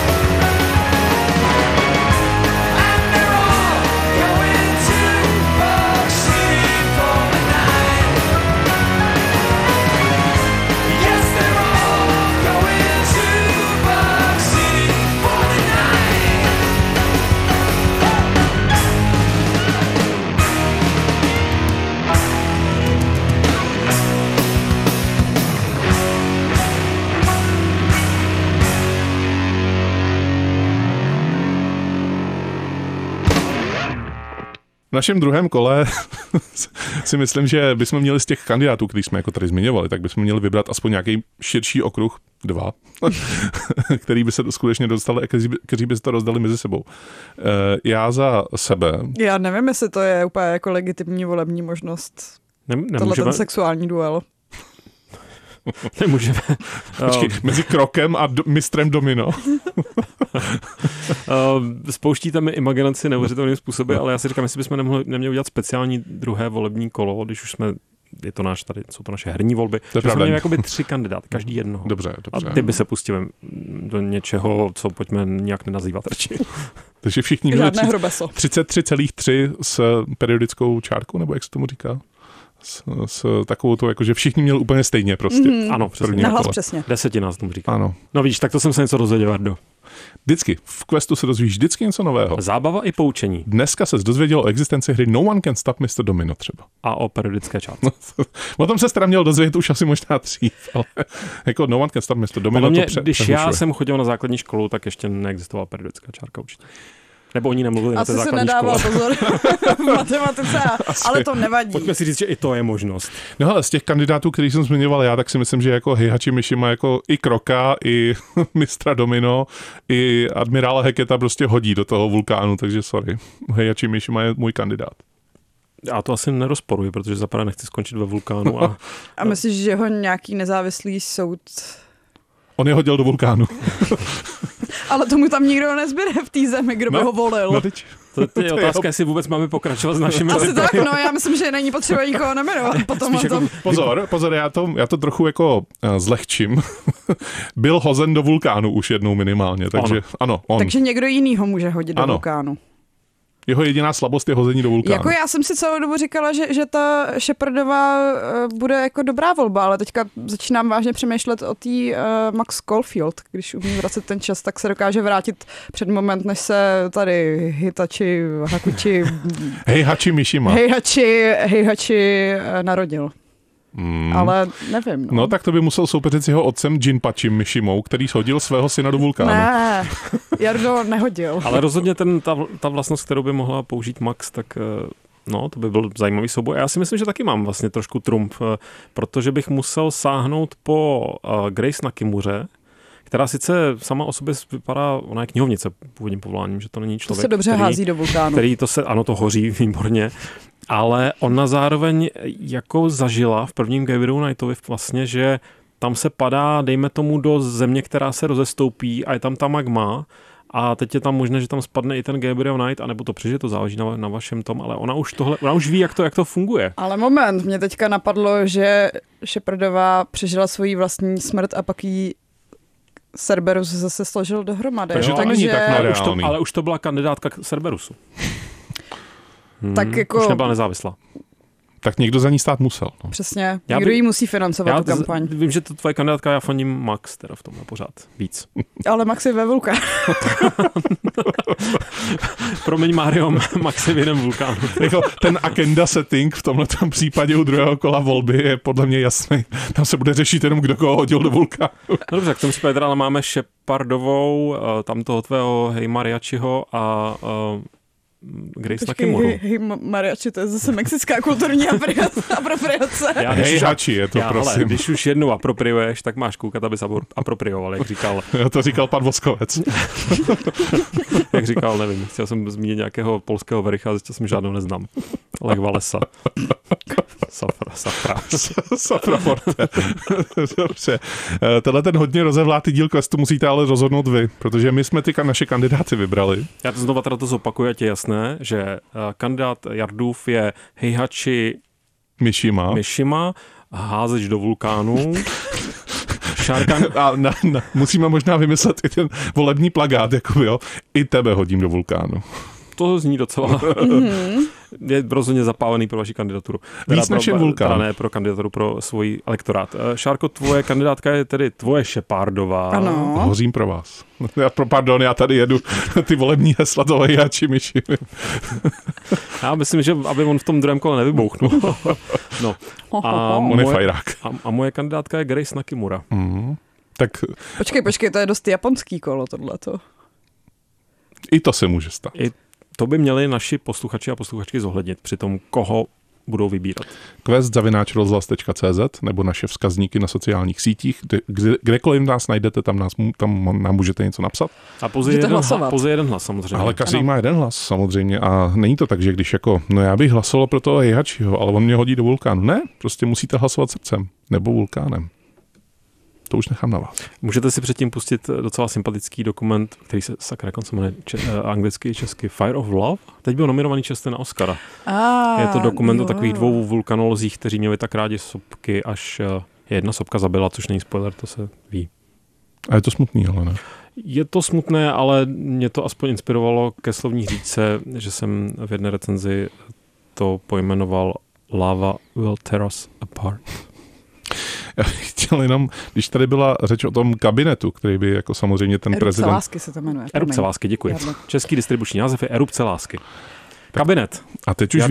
C: V našem druhém kole si myslím, že bychom měli z těch kandidátů, který jsme jako tady zmiňovali, tak bychom měli vybrat aspoň nějaký širší okruh, 2, který by se skutečně dostali a kteří by se to rozdali mezi sebou. Já za sebe...
E: Já nevím, jestli to je úplně jako legitimní volební možnost. Tohle ten sexuální duel.
D: Nemůžeme.
C: Počkej, mezi krokem a mistrem domino.
D: Spouštíte mi imaginaci neuvěřitelným způsoby, ale já si říkám, jestli bychom neměli udělat speciální druhé volební kolo, když už jsme, jsou to naše herní volby, že jsme měli jakoby 3 kandidáty, každý jednoho.
C: Dobře.
D: A ty by se pustili do něčeho, co pojďme nějak nenazývat radši.
C: Takže všichni měli
E: Žádné hrubeso.
C: 33,3 s periodickou čárkou, nebo jak se tomu říká? S takovou to, jakože všichni měli úplně stejně prostě.
D: Ano, přesně.
E: Nahlas přesně.
D: 10 nás tomu říká.
C: Ano.
D: No víš, tak to jsem se něco dozvěděl, Jardo.
C: Vždycky. V Questu se dozvíš vždycky něco nového.
D: Zábava i poučení.
C: Dneska se dozvěděl o existenci hry No One Can Stop Mr. Domino třeba.
D: A o periodické čárce.
C: O tom se teda měl dozvědět už asi možná dřív, ale jako No One Can Stop Mr. Domino
D: Mě,
C: to
D: když
C: přehušuje.
D: já jsem chodil na základní školu, tak ještě neexistovala periodická čárka určitě. Nebo oni nemluvili na té
E: Asi si
D: základní
E: nedával
D: škole.
E: pozor v matematice, ale to nevadí.
D: Pojďme si říct, že i to je možnost.
C: No hele, z těch kandidátů, který jsem zmiňoval já, tak si myslím, že jako Heihachi Mishima jako i Kroka, i mistra Domino, i admirála Heketa prostě hodí do toho vulkánu, takže sorry. Heihachi Mishima je můj kandidát.
D: Já to asi nerozporuji, protože zaprvé nechci skončit ve vulkánu.
E: A myslíš, že ho nějaký nezávislý soud...
C: On je hodil do vulkánu.
E: Ale tomu tam nikdo nezbyde v té zemi, kdo by ho volil.
C: No teď.
D: To je otázka, jestli vůbec máme pokračovat s našimi...
E: Asi tak, no, já myslím, že není potřeba nikoho nemenovat. Potom o tom...
C: Pozor, já to trochu jako zlehčím. Byl hozen do vulkánu už jednou minimálně, takže ano, on.
E: Takže někdo jiný ho může hodit do vulkánu.
C: Jeho jediná slabost je hození do vulkánu.
E: Jako já jsem si celou dobu říkala, že ta Shepardová bude jako dobrá volba, ale teďka začínám vážně přemýšlet o té Max Caulfield. Když umí vracet ten čas, tak se dokáže vrátit před moment, než se tady
C: Heihachi Mishima.
E: Heihachi narodil. Ale nevím.
C: No tak to by musel soupeřit s jeho otcem Jinpachim Mishimou, který shodil svého syna do vulkánu.
E: Ne, Jardo nehodil.
D: Ale rozhodně ta vlastnost, kterou by mohla použít Max, tak no, to by byl zajímavý souboj. Já si myslím, že taky mám vlastně trošku trumf, protože bych musel sáhnout po Grace Nakimuře, která sice sama o sobě vypadá, ona je knihovnice původním povoláním, že to není člověk,
E: to se dobře hází do vulkánu.
D: Ano, to hoří výborně, ale ona zároveň jako zažila v prvním Gabrielu Knightovi vlastně, že tam se padá, dejme tomu, do země, která se rozestoupí a je tam ta magma a teď je tam možné, že tam spadne i ten Gabriel Knight, anebo to přežije, to záleží na vašem tom, ale ona už ví, jak to funguje.
E: Ale moment, mě teďka napadlo, že Shepardová přežila svoji vlastní smrt a pak jí Cerberus zase složil dohromady.
C: Takže to není tak nereálný.
D: Ale už to byla kandidátka k Cerberusu.
E: Tak jako...
D: Už nebyla nezávislá.
C: Tak někdo za ní stát musel. No.
E: Přesně, někdo jí musí financovat tu kampaň.
D: Vím, že to tvoje kandidátka, já fandím Max teda v tomhle pořád víc.
E: Ale Max je ve vulkánu.
D: Promiň Mario, Max je v jiném vulkánu.
C: Ten agenda setting v tomhletom případě u druhého kola volby je podle mě jasný. Tam se bude řešit jenom, kdo koho hodil do vulkánu.
D: No dobře, k tomu případě teda ale máme Shepardovou, tam toho tvého Hej Mariachiho a Grace Nakimuru.
E: Hej Mariachi, to je zase mexická kulturní apropriace.
C: Heihachi je to, prosím.
D: Ale když už jednou apropriuješ, tak máš koukat, abys aproprioval, jak říkal.
C: To říkal pan Voskovec.
D: Jak říkal, nevím, chtěl jsem zmínit nějakého polského vericha, zjistil jsem žádnou neznám. Lech Walesa.
C: Safra Forte. Dobře. Tenhle ten hodně rozevlátý díl questu musíte ale rozhodnout vy, protože my jsme ty naše kandidáty vybrali.
D: Já to znova teda to zopakuju, ať je jasné, že kandidát Jardův je Heihachi Mishima, házeč do vulkánu.
C: A musíme možná vymyslet i ten volební plakát, jakoby, jo. I tebe hodím do vulkánu.
D: To zní docela. Je rozhodně zapálený pro vaši kandidaturu.
C: Víc než jen vulkán.
D: Teda ne pro kandidaturu, pro svůj elektorát. Šárko, tvoje kandidátka je tedy tvoje Shepardová.
E: Ano.
C: Hořím pro vás. Já tady jedu ty volební hesla toho Heihachi Mishimy.
D: Já myslím, že aby on v tom druhém kole nevybouchnul. No.
C: On je fajrák.
D: A moje kandidátka je Grace Nakimura.
C: Tak...
E: Počkej, to je dost japonský kolo tohleto.
C: I to se může stát.
D: I to by měli naši posluchači a posluchačky zohlednit při tom, koho budou vybírat.
C: quest@rozhlas.cz nebo naše vzkazníky na sociálních sítích. Kdekoliv nás najdete, tam nám můžete něco napsat.
D: A pouze jeden hlas samozřejmě.
C: Ale každý má jeden hlas samozřejmě a není to tak, že když jako, já bych hlasoval pro toho Heihachiho, ale on mě hodí do vulkánu. Ne, prostě musíte hlasovat srdcem nebo vulkánem. To už nechám na vás.
D: Můžete si předtím pustit docela sympatický dokument, který se sakra konce jmenuje anglicky i česky Fire of Love. Teď byl nominovaný často na Oscara. Je to dokument o takových dvou vulkanolozích, kteří měli tak rádi sopky, až jedna sopka zabila, což není spoiler, to se ví.
C: A je to smutný, ale ne?
D: Je to smutné, ale mě to aspoň inspirovalo ke slovní říčce, že jsem v jedné recenzi to pojmenoval Lava will tear us apart.
C: Já bych chtěl jenom, když tady byla řeč o tom kabinetu, který by jako samozřejmě ten
E: Erupce
C: prezident...
E: lásky se to jmenuje.
D: Erupce lásky, děkuji. Český distribuční název je Erupce lásky. Kabinet.
C: A teď už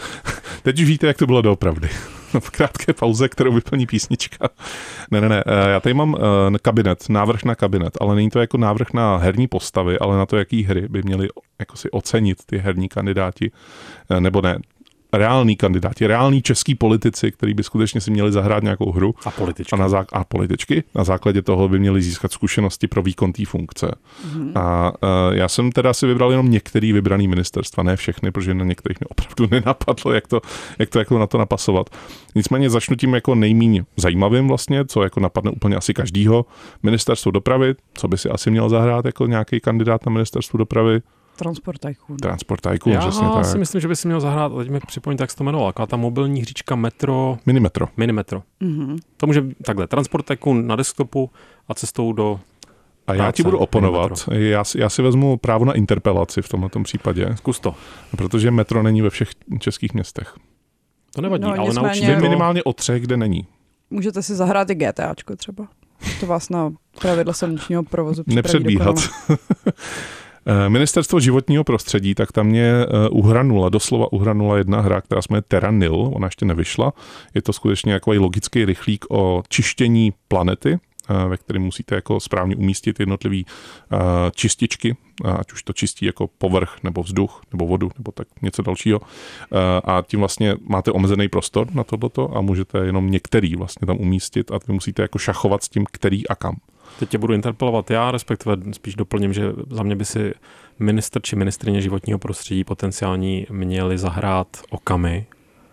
C: víte, jak to bylo doopravdy. V krátké pauze, kterou vyplní písnička. Ne, já tady mám kabinet, návrh na kabinet, ale není to jako návrh na herní postavy, ale na to, jaký hry by měli jako si ocenit ty herní kandidáti, nebo ne, reální kandidáti, reální český politici, kteří by skutečně si měli zahrát nějakou hru.
D: A političky.
C: A političky. Na základě toho by měli získat zkušenosti pro výkon té funkce. A já jsem teda si vybral jenom některý vybraný ministerstva, ne všechny, protože na některých mě opravdu nenapadlo, jak to jako na to napasovat. Nicméně začnu tím jako nejméně zajímavým vlastně, co jako napadne úplně asi každýho. Ministerstvo dopravy, co by si asi měl zahrát jako nějaký kandidát na ministerstvo dopravy?
E: Transport Tycoon,
C: já přesně tak.
D: Já si myslím, že by si měl zahrát, teď mi připomeň, jak se to jmenovala, taková ta mobilní hříčka Metro.
C: Minimetro.
E: Mm-hmm.
D: To může takhle, Transport Tycoon na desktopu a cestou do
C: A já ti budu oponovat. Já si vezmu právo na interpelaci v tomto případě.
D: Zkus to.
C: Protože metro není ve všech českých městech.
D: To nevadí,
E: No,
D: ale
E: nicméně-
D: naučíme
C: Minimálně o 3, kde není.
E: Můžete si zahrát i GTAčko třeba. To vás na pravidla silničního provozu připraví
C: Nepředbíhat.
E: dokonale.
C: Ministerstvo životního prostředí, tak tam mě doslova uhranula jedna hra, která se jmenuje Terra Nil, ona ještě nevyšla. Je to skutečně takový logický rychlík o čištění planety, ve kterém musíte jako správně umístit jednotlivý čističky, ať už to čistí jako povrch, nebo vzduch, nebo vodu, nebo tak něco dalšího. A tím vlastně máte omezený prostor na tohleto a můžete jenom některý vlastně tam umístit a vy musíte jako šachovat s tím, který a kam.
D: Teď tě budu interpelovat já, respektive spíš doplním, že za mě by si ministr či ministryně životního prostředí potenciální měli zahrát Okami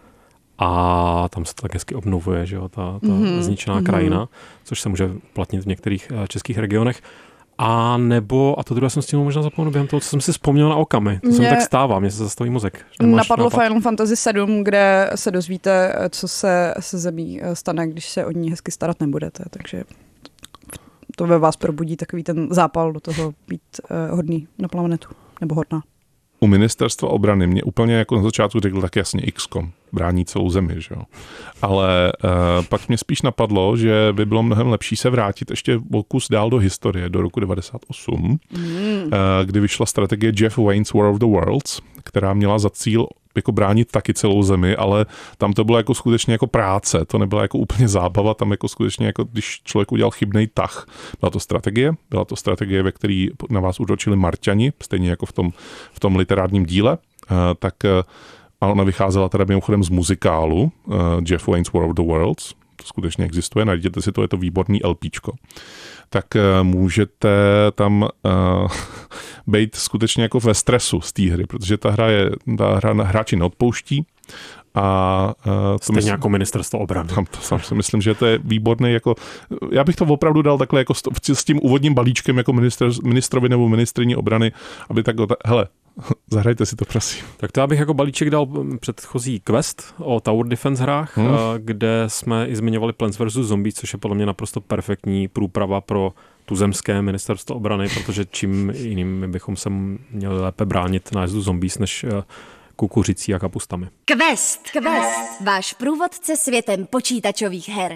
D: a tam se to tak hezky obnovuje, že jo, ta zničená krajina, což se může platnit v některých českých regionech. A nebo, a to druhé jsem s tím možná zapomněl během toho, co jsem si vzpomněl na Okami. To se mi tak stává, mě se zastaví mozek.
E: Napadlo Final Fantasy 7, kde se dozvíte, co se zemí stane, když se o ní hezky starat nebudete, takže to ve vás probudí takový ten zápal do toho být hodný na planetu, nebo hodná.
C: U ministerstva obrany mě úplně jako na začátku řekl tak jasně XCOM, brání celou zemi, že jo. Ale pak mě spíš napadlo, že by bylo mnohem lepší se vrátit ještě o kus dál do historie, do roku 98, kdy vyšla strategie Jeff Wayne's War of the Worlds, která měla za cíl jako bránit taky celou zemi, ale tam to bylo jako skutečně jako práce, to nebyla jako úplně zábava, tam jako skutečně jako když člověk udělal chybnej tah. Byla to strategie, ve které na vás útočili Marťani, stejně jako v tom literárním díle, tak a ona vycházela teda mimochodem z muzikálu Jeff Wayne's War of the Worlds, to skutečně existuje, najděte si to, je to výborný LPčko. Tak můžete tam být skutečně jako ve stresu z té hry, protože ta hra hráči neodpouští. A
D: to stejně jako ministerstvo obrany.
C: Tam si myslím, že to je výborný, jako, já bych to opravdu dal takhle jako s tím úvodním balíčkem jako ministrovi nebo ministryni obrany, aby tak, hele, zahrajte si to, prosím.
D: Tak to já bych jako balíček dal předchozí quest o Tower Defense hrách, kde jsme i zmiňovali Plants vs. Zombies, což je podle mě naprosto perfektní průprava pro tuzemské ministerstvo obrany, protože čím jiným bychom se měli lépe bránit nájezdu zombies, než kukuřicí a kapustami.
H: Quest. Váš průvodce světem počítačových her.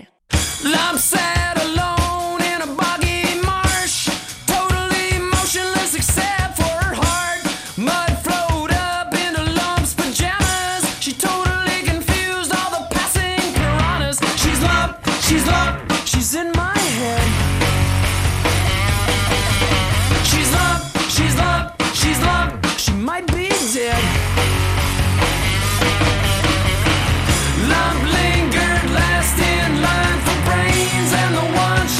F: Love lingered last in line for brains, and the one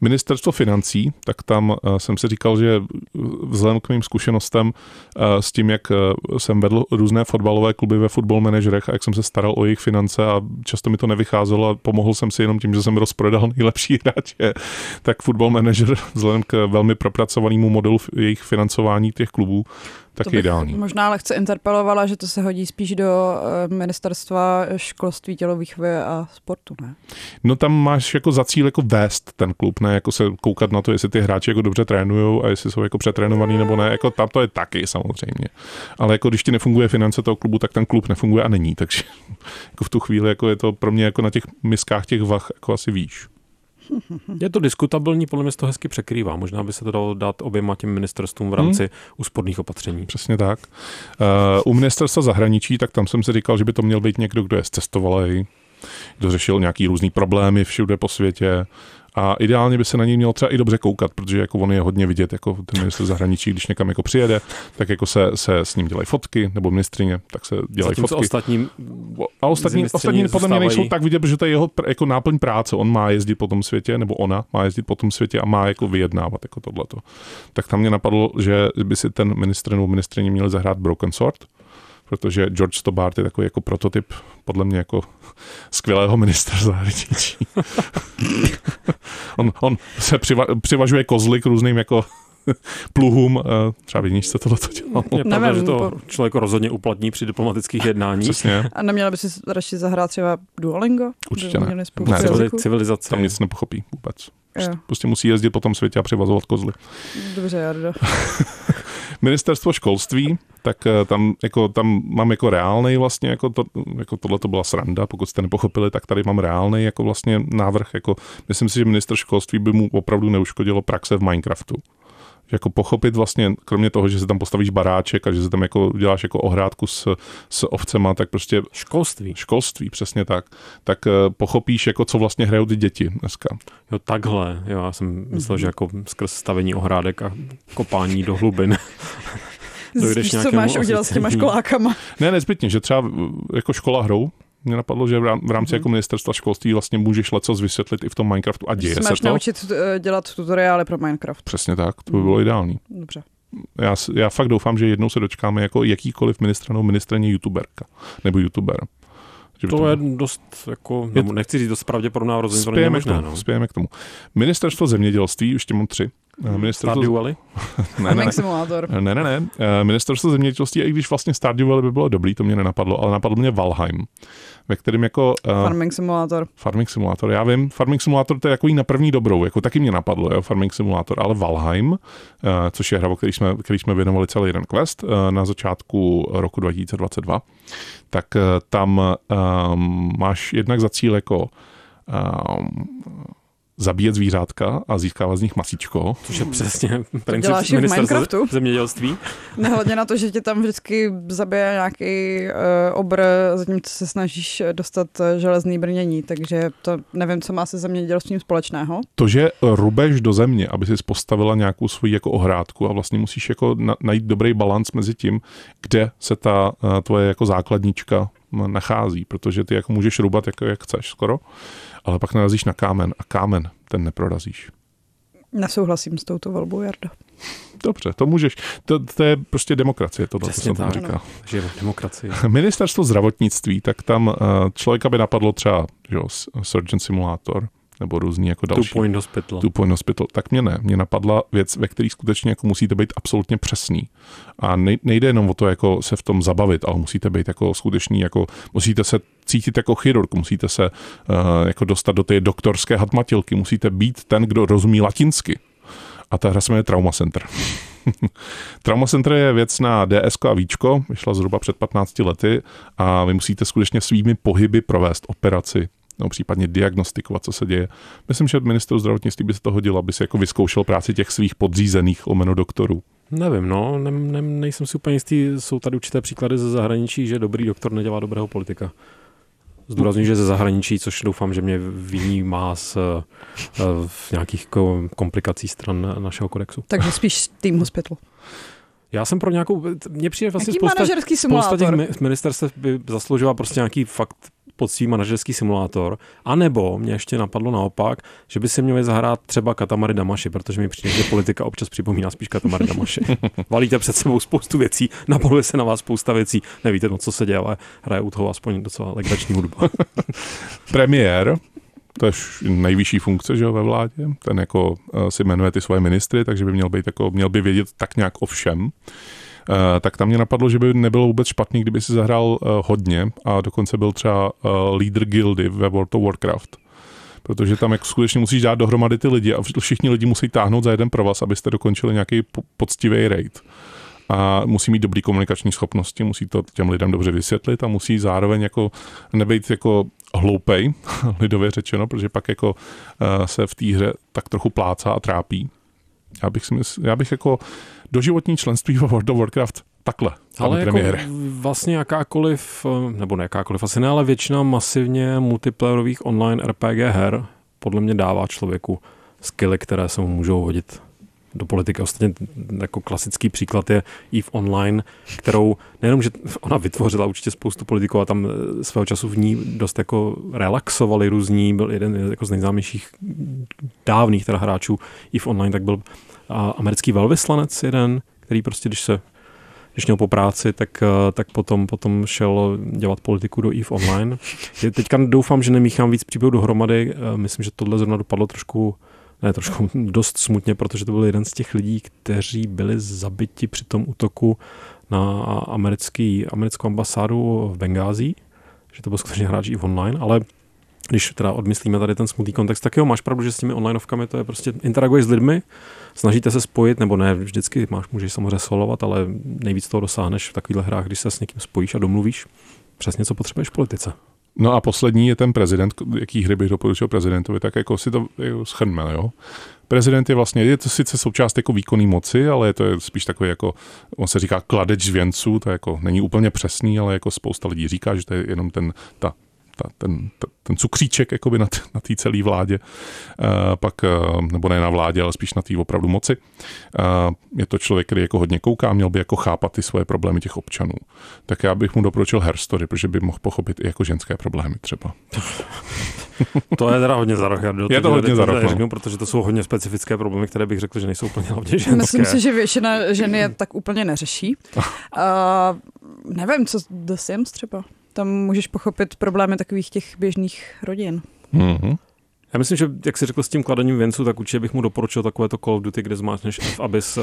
C: Ministerstvo financí, tak tam jsem si říkal, že vzhledem k mým zkušenostem s tím, jak jsem vedl různé fotbalové kluby ve Football Managerech a jak jsem se staral o jejich finance a často mi to nevycházelo a pomohl jsem si jenom tím, že jsem rozprodal nejlepší hráče, tak Football Manager vzhledem k velmi propracovanému modelu jejich financování těch klubů, tak je ideální.
E: Možná lehce interpelovala, že to se hodí spíš do ministerstva školství, tělovýchovy a sportu, ne?
C: No tam máš jako za cíl jako vést ten klub, ne jako se koukat na to, jestli ty hráči jako dobře trénujou a jestli jsou jako přetrénovaný nebo ne, jako tam to je taky samozřejmě. Ale jako když ti nefunguje finance toho klubu, tak ten klub nefunguje a není, takže jako v tu chvíli jako je to pro mě jako na těch miskách těch vah jako asi víš.
D: Je to diskutabilní, podle mě se to hezky překrývá. Možná by se to dalo dát oběma těm ministerstvům v rámci úsporných opatření.
C: Přesně tak. U ministerstva zahraničí, tak tam jsem si říkal, že by to měl být někdo, kdo je zcestovalej, kdo řešil nějaký různý problémy všude po světě. A ideálně by se na něj mělo třeba i dobře koukat, protože jako on je hodně vidět, jako ten ministr zahraničí, když někam jako přijede, tak jako se s ním dělají fotky, nebo ministrině, tak se dělají fotky.
D: Ostatní
C: podle mě nejsou tak vidět, protože to je jeho jako náplň práce. On má jezdit po tom světě, nebo ona má jezdit po tom světě a má jako vyjednávat jako tohleto. Tak tam mě napadlo, že by si ten ministr nebo ministrině měli zahrát Broken Sword, protože George Stobart je takový jako prototyp, podle mě jako skvělého ministra zahraničí. on se přivažuje kozly k různým jako pluhům, třeba vidíš, co tohle dělal.
D: Je pravda, že to člověk rozhodně uplatní při diplomatických jednáních.
C: Přesně.
E: A neměla by si radši zahrát třeba Duolingo?
C: Určitě ne.
D: Civilizace.
C: Tam nic nepochopí vůbec. Prostě musí jezdit po tom světě a přivazovat kozly.
E: Dobře, Jardo.
C: Ministerstvo školství, tak tam mám jako reálnej vlastně, jako tohle to byla sranda, pokud jste nepochopili, tak tady mám reálnej jako vlastně návrh, jako myslím si, že ministr školství by mu opravdu neuškodilo praxe v Minecraftu. Jako pochopit vlastně, kromě toho, že se tam postavíš baráček a že se tam jako děláš jako ohrádku s ovcema, tak prostě školství, přesně tak. Tak pochopíš, jako co vlastně hrajou ty děti dneska.
D: Jo, takhle. Jo, já jsem myslel, že jako skrz stavení ohrádek a kopání do hlubin.
E: Co máš udělat s těma školákama?
C: Ne, nezbytně, že třeba jako škola hrou. Mě napadlo, že v rámci jako ministerstva školství vlastně můžeš lecos vysvětlit i v tom Minecraftu a děje se to.
E: Máš naučit dělat tutoriály pro Minecraft.
C: Přesně tak, to by bylo ideální.
E: Dobře.
C: Já fakt doufám, že jednou se dočkáme jako jakýkoliv ministr nebo ministryně youtuberka nebo youtuber.
D: To je dost, jako, nechci říct dost pravděpodobná, rozhodně to není možné.
C: Spějeme k tomu. Ministerstvo zemědělství, ještě mám 3.
D: Stardew Valley?
E: Farming Simulator.
C: Ne. Ministerstvo zemědělství, i když vlastně Stardew Valley by bylo dobrý, to mě nenapadlo, ale napadlo mě Valheim, ve kterém jako... Farming Simulator, já vím. Farming Simulator to je takový na první dobrou, jako taky mě napadlo, jo, Farming Simulator, ale Valheim, což je hra, který jsme věnovali celý jeden quest na začátku roku 2022, tak tam máš jednak za cíl jako zabíjet zvířátka a získávat z nich masíčko.
D: Což je přesně princip ministerstva zemědělství.
E: Nehledně na to, že tě tam vždycky zabije nějaký obr, zatímco se snažíš dostat železný brnění, takže to nevím, co má se zemědělstvím společného.
C: To, že rubeš do země, aby si postavila nějakou svoji jako ohrádku a vlastně musíš jako najít dobrý balans mezi tím, kde se ta tvoje jako základnička nachází, protože ty jako můžeš rubat jak chceš skoro, ale pak narazíš na kámen a kámen ten neprorazíš.
E: Nesouhlasím s touto volbou, Jardo.
C: Dobře, to můžeš. To je prostě demokracie, tohle, co jsem tam říkal.
D: Žijeme v demokracii.
C: Ministerstvo zdravotnictví, tak tam člověka by napadlo třeba Surgeon Simulator, nebo různý jako další.
D: Two Point Hospital.
C: Tak mě ne. Mě napadla věc, ve které skutečně jako musíte být absolutně přesný. A nejde jenom o to jako se v tom zabavit, ale musíte být jako skutečný, jako musíte se cítit jako chirurg, musíte se jako dostat do té doktorské hatmatilky, musíte být ten, kdo rozumí latinsky. A ta hra se jmenuje Trauma Center. Trauma Center je věc na DSko a Víčko, vyšla zhruba před 15 lety a vy musíte skutečně svými pohyby provést operaci, no, případně diagnostikovat, co se děje. Myslím, že ministru zdravotnictví by se to hodilo, aby si jako vyzkoušel práci těch svých podřízených doktorů.
D: Nevím, nejsem si úplně jistý, jsou tady určité příklady ze zahraničí, že dobrý doktor nedělá dobrého politika. Zdůrazňuji, že ze zahraničí, což doufám, že mě viní má z nějakých komplikací stran našeho kodexu.
E: Takže spíš Team Hospital.
D: Já jsem pro nějakou, mně přijde vlastně
E: spousta těch
D: ministerstev by zasloužila prostě nějaký fakt poctivý manažerský simulátor, anebo mě ještě napadlo naopak, že by si měli zahrát třeba Katamari Damashi, protože mi přijde, že politika občas připomíná spíš Katamari Damashi. Valíte před sebou spoustu věcí, nabaluje se na vás spousta věcí, nevíte, no, co se děje, ale hraje u toho aspoň docela legrační hudba.
C: Premiér, to je nejvyšší funkce, že jo, ve vládě, ten jako si jmenuje ty svoje ministry, takže by měl by vědět tak nějak o všem. Tak tam mě napadlo, že by nebylo vůbec špatný, kdyby si zahrál hodně a dokonce byl třeba lídr gildy ve World of Warcraft. Protože tam jako skutečně musíš dát dohromady ty lidi a všichni lidi musí táhnout za jeden provaz, abyste dokončili nějaký poctivý raid. A musí mít dobrý komunikační schopnosti, musí to těm lidem dobře vysvětlit a musí zároveň jako nebejt jako hloupej, lidově řečeno, protože pak jako se v té hře tak trochu plácá a trápí. Já bych jako doživotní členství v World of Warcraft takhle.
D: Ale jako vlastně jakákoliv, nebo ne jakákoliv, asi ne, ale většina masivně multiplayerových online RPG her podle mě dává člověku skilly, které se mu můžou hodit do politiky. Ostatně jako klasický příklad je EVE Online, kterou nejenom, že ona vytvořila určitě spoustu politiků a tam svého času v ní dost jako relaxovali různí, byl jeden jako z nejznámějších dávných teda hráčů EVE Online, tak byl americký velvyslanec jeden, který prostě, když měl po práci, tak potom šel dělat politiku do EVE Online. Teďka doufám, že nemíchám víc příběhů dohromady. Myslím, že tohle zrovna dopadlo trošku dost smutně, protože to byl jeden z těch lidí, kteří byli zabiti při tom útoku na americkou ambasádu v Bengází, že to byl skutečně hráč EVE Online, ale když teda odmyslíme tady ten smutný kontext, tak jo, máš pravdu, že s těmi onlineovkami to je prostě interaguješ s lidmi, snažíte se spojit, nebo ne, vždycky můžeš samozřejmě solovat, ale nejvíc toho dosáhneš v takovýchhle hrách, když se s někým spojíš a domluvíš přesně, co potřebuješ v politice.
C: No a poslední je ten prezident, jaký hry bych doporučil prezidentovi, tak jako si to shrnme, jo. Prezident je to sice součást jako výkonné moci, ale to je spíš takový jako, on se říká kladeč věnců, to jako není úplně přesný, ale jako spousta lidí říká, že to je jenom ten cukříček jakoby na té celé vládě, pak, nebo ne na vládě, ale spíš na té opravdu moci. Je to člověk, který jako hodně kouká, měl by jako chápat ty svoje problémy těch občanů. Tak já bych mu doporučil Herstory, protože by mohl pochopit i jako ženské problémy třeba.
D: To je teda hodně za roh.
C: Je to hodně za roh,
D: no. Protože to jsou hodně specifické problémy, které bych řekl, že nejsou úplně hlavně ženské.
E: Myslím si, že většina žen je tak úplně neřeší. Nevím, co The Sims třeba. Tam můžeš pochopit problémy takových těch běžných rodin.
C: Mm-hmm.
D: Já myslím, že jak jsi řekl s tím kladením věnců, tak určitě bych mu doporučil takovéto Call of Duty, kde zmáčneš F, abys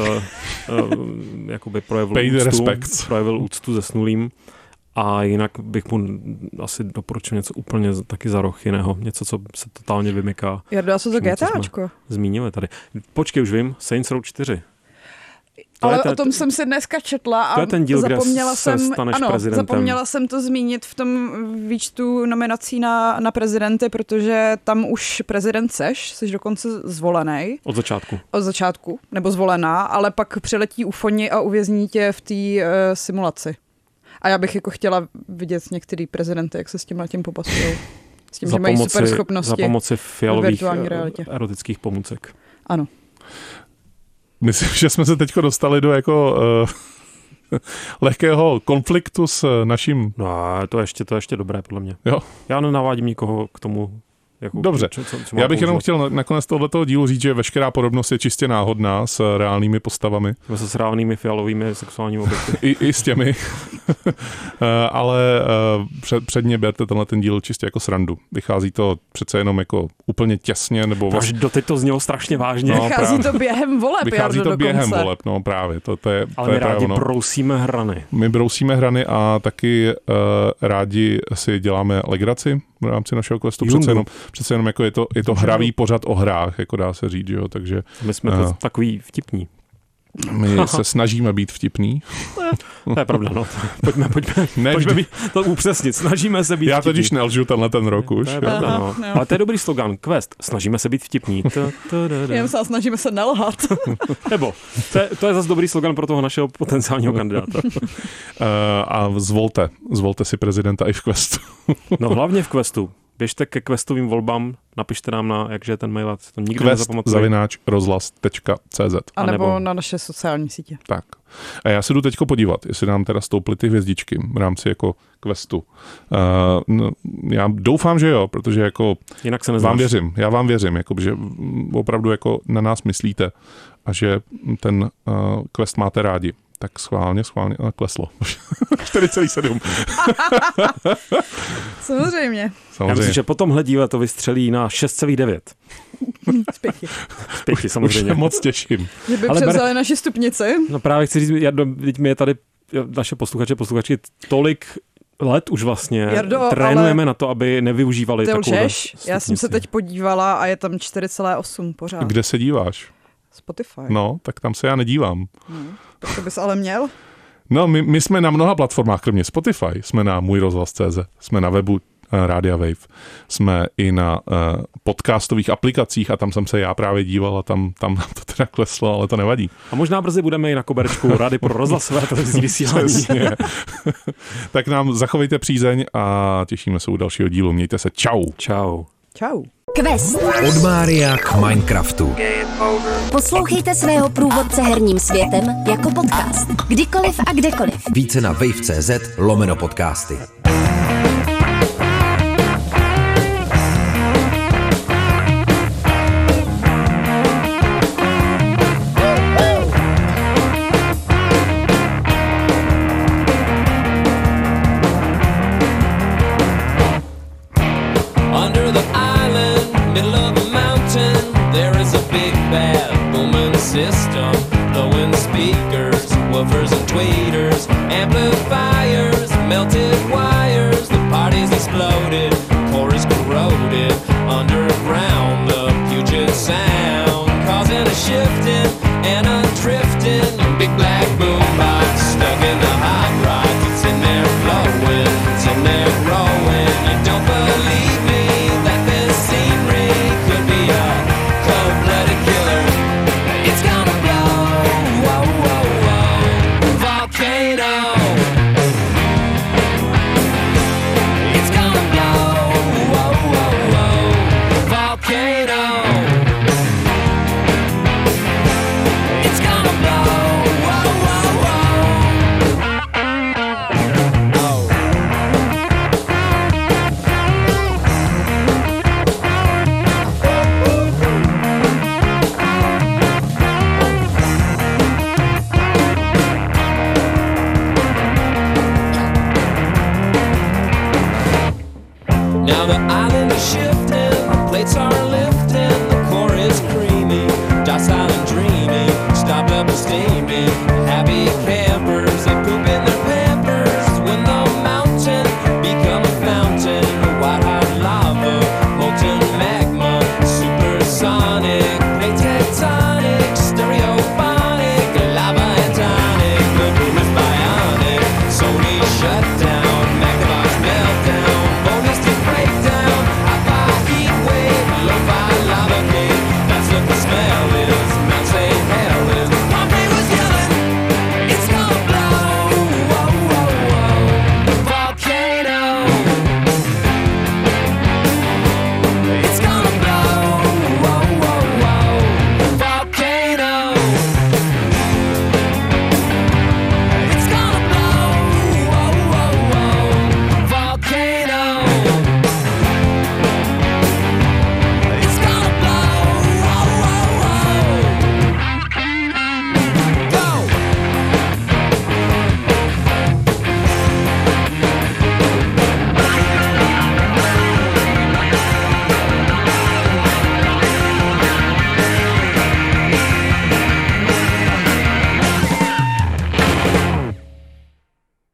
D: jakoby projevil úctu zesnulým. A jinak bych mu asi doporučil něco úplně taky za roh jiného. Něco, co se totálně vymyká.
E: Jardo, co to GTAčko?
D: Zmínili tady. Počkej, už vím. Saints Row 4.
E: Ale o tom jsem si dneska četla a
D: to je ten díl,
E: zapomněla
D: kde se staneš prezidentem.
E: Zapomněla jsem to zmínit v tom výčtu nominací na prezidenty, protože tam už prezident jsi dokonce zvolený.
D: Od začátku, nebo zvolená, ale pak přiletí ufoni a uvězní tě v té simulaci. A já bych jako chtěla vidět některý prezidenty, jak se s tímhle tím popasují. S tím, že mají super schopnosti. Za pomoci fialových erotických pomůcek.
E: Ano.
C: Myslím, že jsme se teď dostali do jako lehkého konfliktu s naším...
D: No, to je ještě dobré, podle mě.
C: Jo.
D: Já nenavádím nikoho k tomu. Jako,
C: dobře, já bych jenom chtěl nakonec tohletoho dílu říct, že veškerá podobnost je čistě náhodná s reálnými postavami.
D: S reálnými fialovými sexuálními objekty.
C: I s těmi. Ale předně berte ten díl čistě jako srandu. Vychází to přece jenom jako úplně těsně. Nebo
D: až doteď to znělo strašně vážně.
E: No, vychází to během voleb.
C: Vychází to během voleb, no právě.
D: Ale my rádi brousíme hrany.
C: My brousíme hrany a taky rádi si děláme legraci v rámci našeho questu. Přece jenom jako je to hravý pořad o hrách, jako dá se říct, jo, takže...
D: My jsme takový vtipní.
C: My se snažíme být vtipný.
D: To je pravda, no. Pojďme být, to upřesnit. Snažíme se být vtipný.
C: Já totiž nelžu ten rok už.
D: To je pravda, no. Ale to je dobrý slogan. Quest. Snažíme se být vtipní.
E: Jen se snažíme se nelhat.
D: Nebo. To je zase dobrý slogan pro toho našeho potenciálního kandidáta.
C: A zvolte si prezidenta i v Questu.
D: No hlavně v Questu. běžte ke questovým volbám, napište nám na, jakže je ten mail, to nikdy nezapamatuji.
C: quest@rozhlas.cz
E: A nebo na naše sociální sítě.
C: Tak. A já se jdu teďko podívat, jestli nám teda stouply ty hvězdičky v rámci jako questu. Já doufám, že jo, protože jako
D: jinak se neznáš.
C: Já vám věřím, jako, že opravdu jako na nás myslíte a že ten quest máte rádi. Tak schválně, kleslo. 4,7.
E: Samozřejmě.
D: Já myslím, že po tomhle díle to vystřelí na 6,9. Zpěchy, samozřejmě.
C: Už se moc těším.
E: Že by převzali naši stupnici.
D: No právě chci říct, teď mi je tady naše posluchačky tolik let už vlastně trénujeme na to, aby nevyužívali takovou stupnici.
E: Já jsem se teď podívala a je tam 4,8 pořád.
C: Kde se díváš?
E: Spotify.
C: No, tak tam se já nedívám.
E: Tak to bys ale měl?
C: No, my jsme na mnoha platformách, kromě Spotify. Jsme na můjrozhlas.cz, jsme na webu Rádia Wave, jsme i na podcastových aplikacích a tam jsem se já právě díval a tam nám to teda kleslo, ale to nevadí.
D: A možná brzy budeme i na koberčku Rady pro rozhlasové televizní vysílání.
C: Tak nám zachovejte přízeň a těšíme se u dalšího dílu. Mějte se. Čau.
D: Čau.
E: Čau.
H: Quest.
A: Od Mária k Minecraftu.
H: Poslouchejte svého průvodce herním světem jako podcast. Kdykoliv a kdekoliv.
A: Více na wave.cz/podcasty.
F: System, blowing speakers, woofers and tweeters, amplifiers, melted wires, the party's exploded, core is corroded, underground, the Puget Sound, causing a shifting and a drifting, big black boombox stuck in the hot rod, it's in there flowing, it's in there growing, you don't believe me, that this scenery could be a cold-blooded killer. It's gonna blow, whoa, whoa, whoa, volcano. It's gonna blow, whoa, whoa, whoa, volcano. It's gonna blow, whoa, whoa, Now the island is shifting, plates are lifting.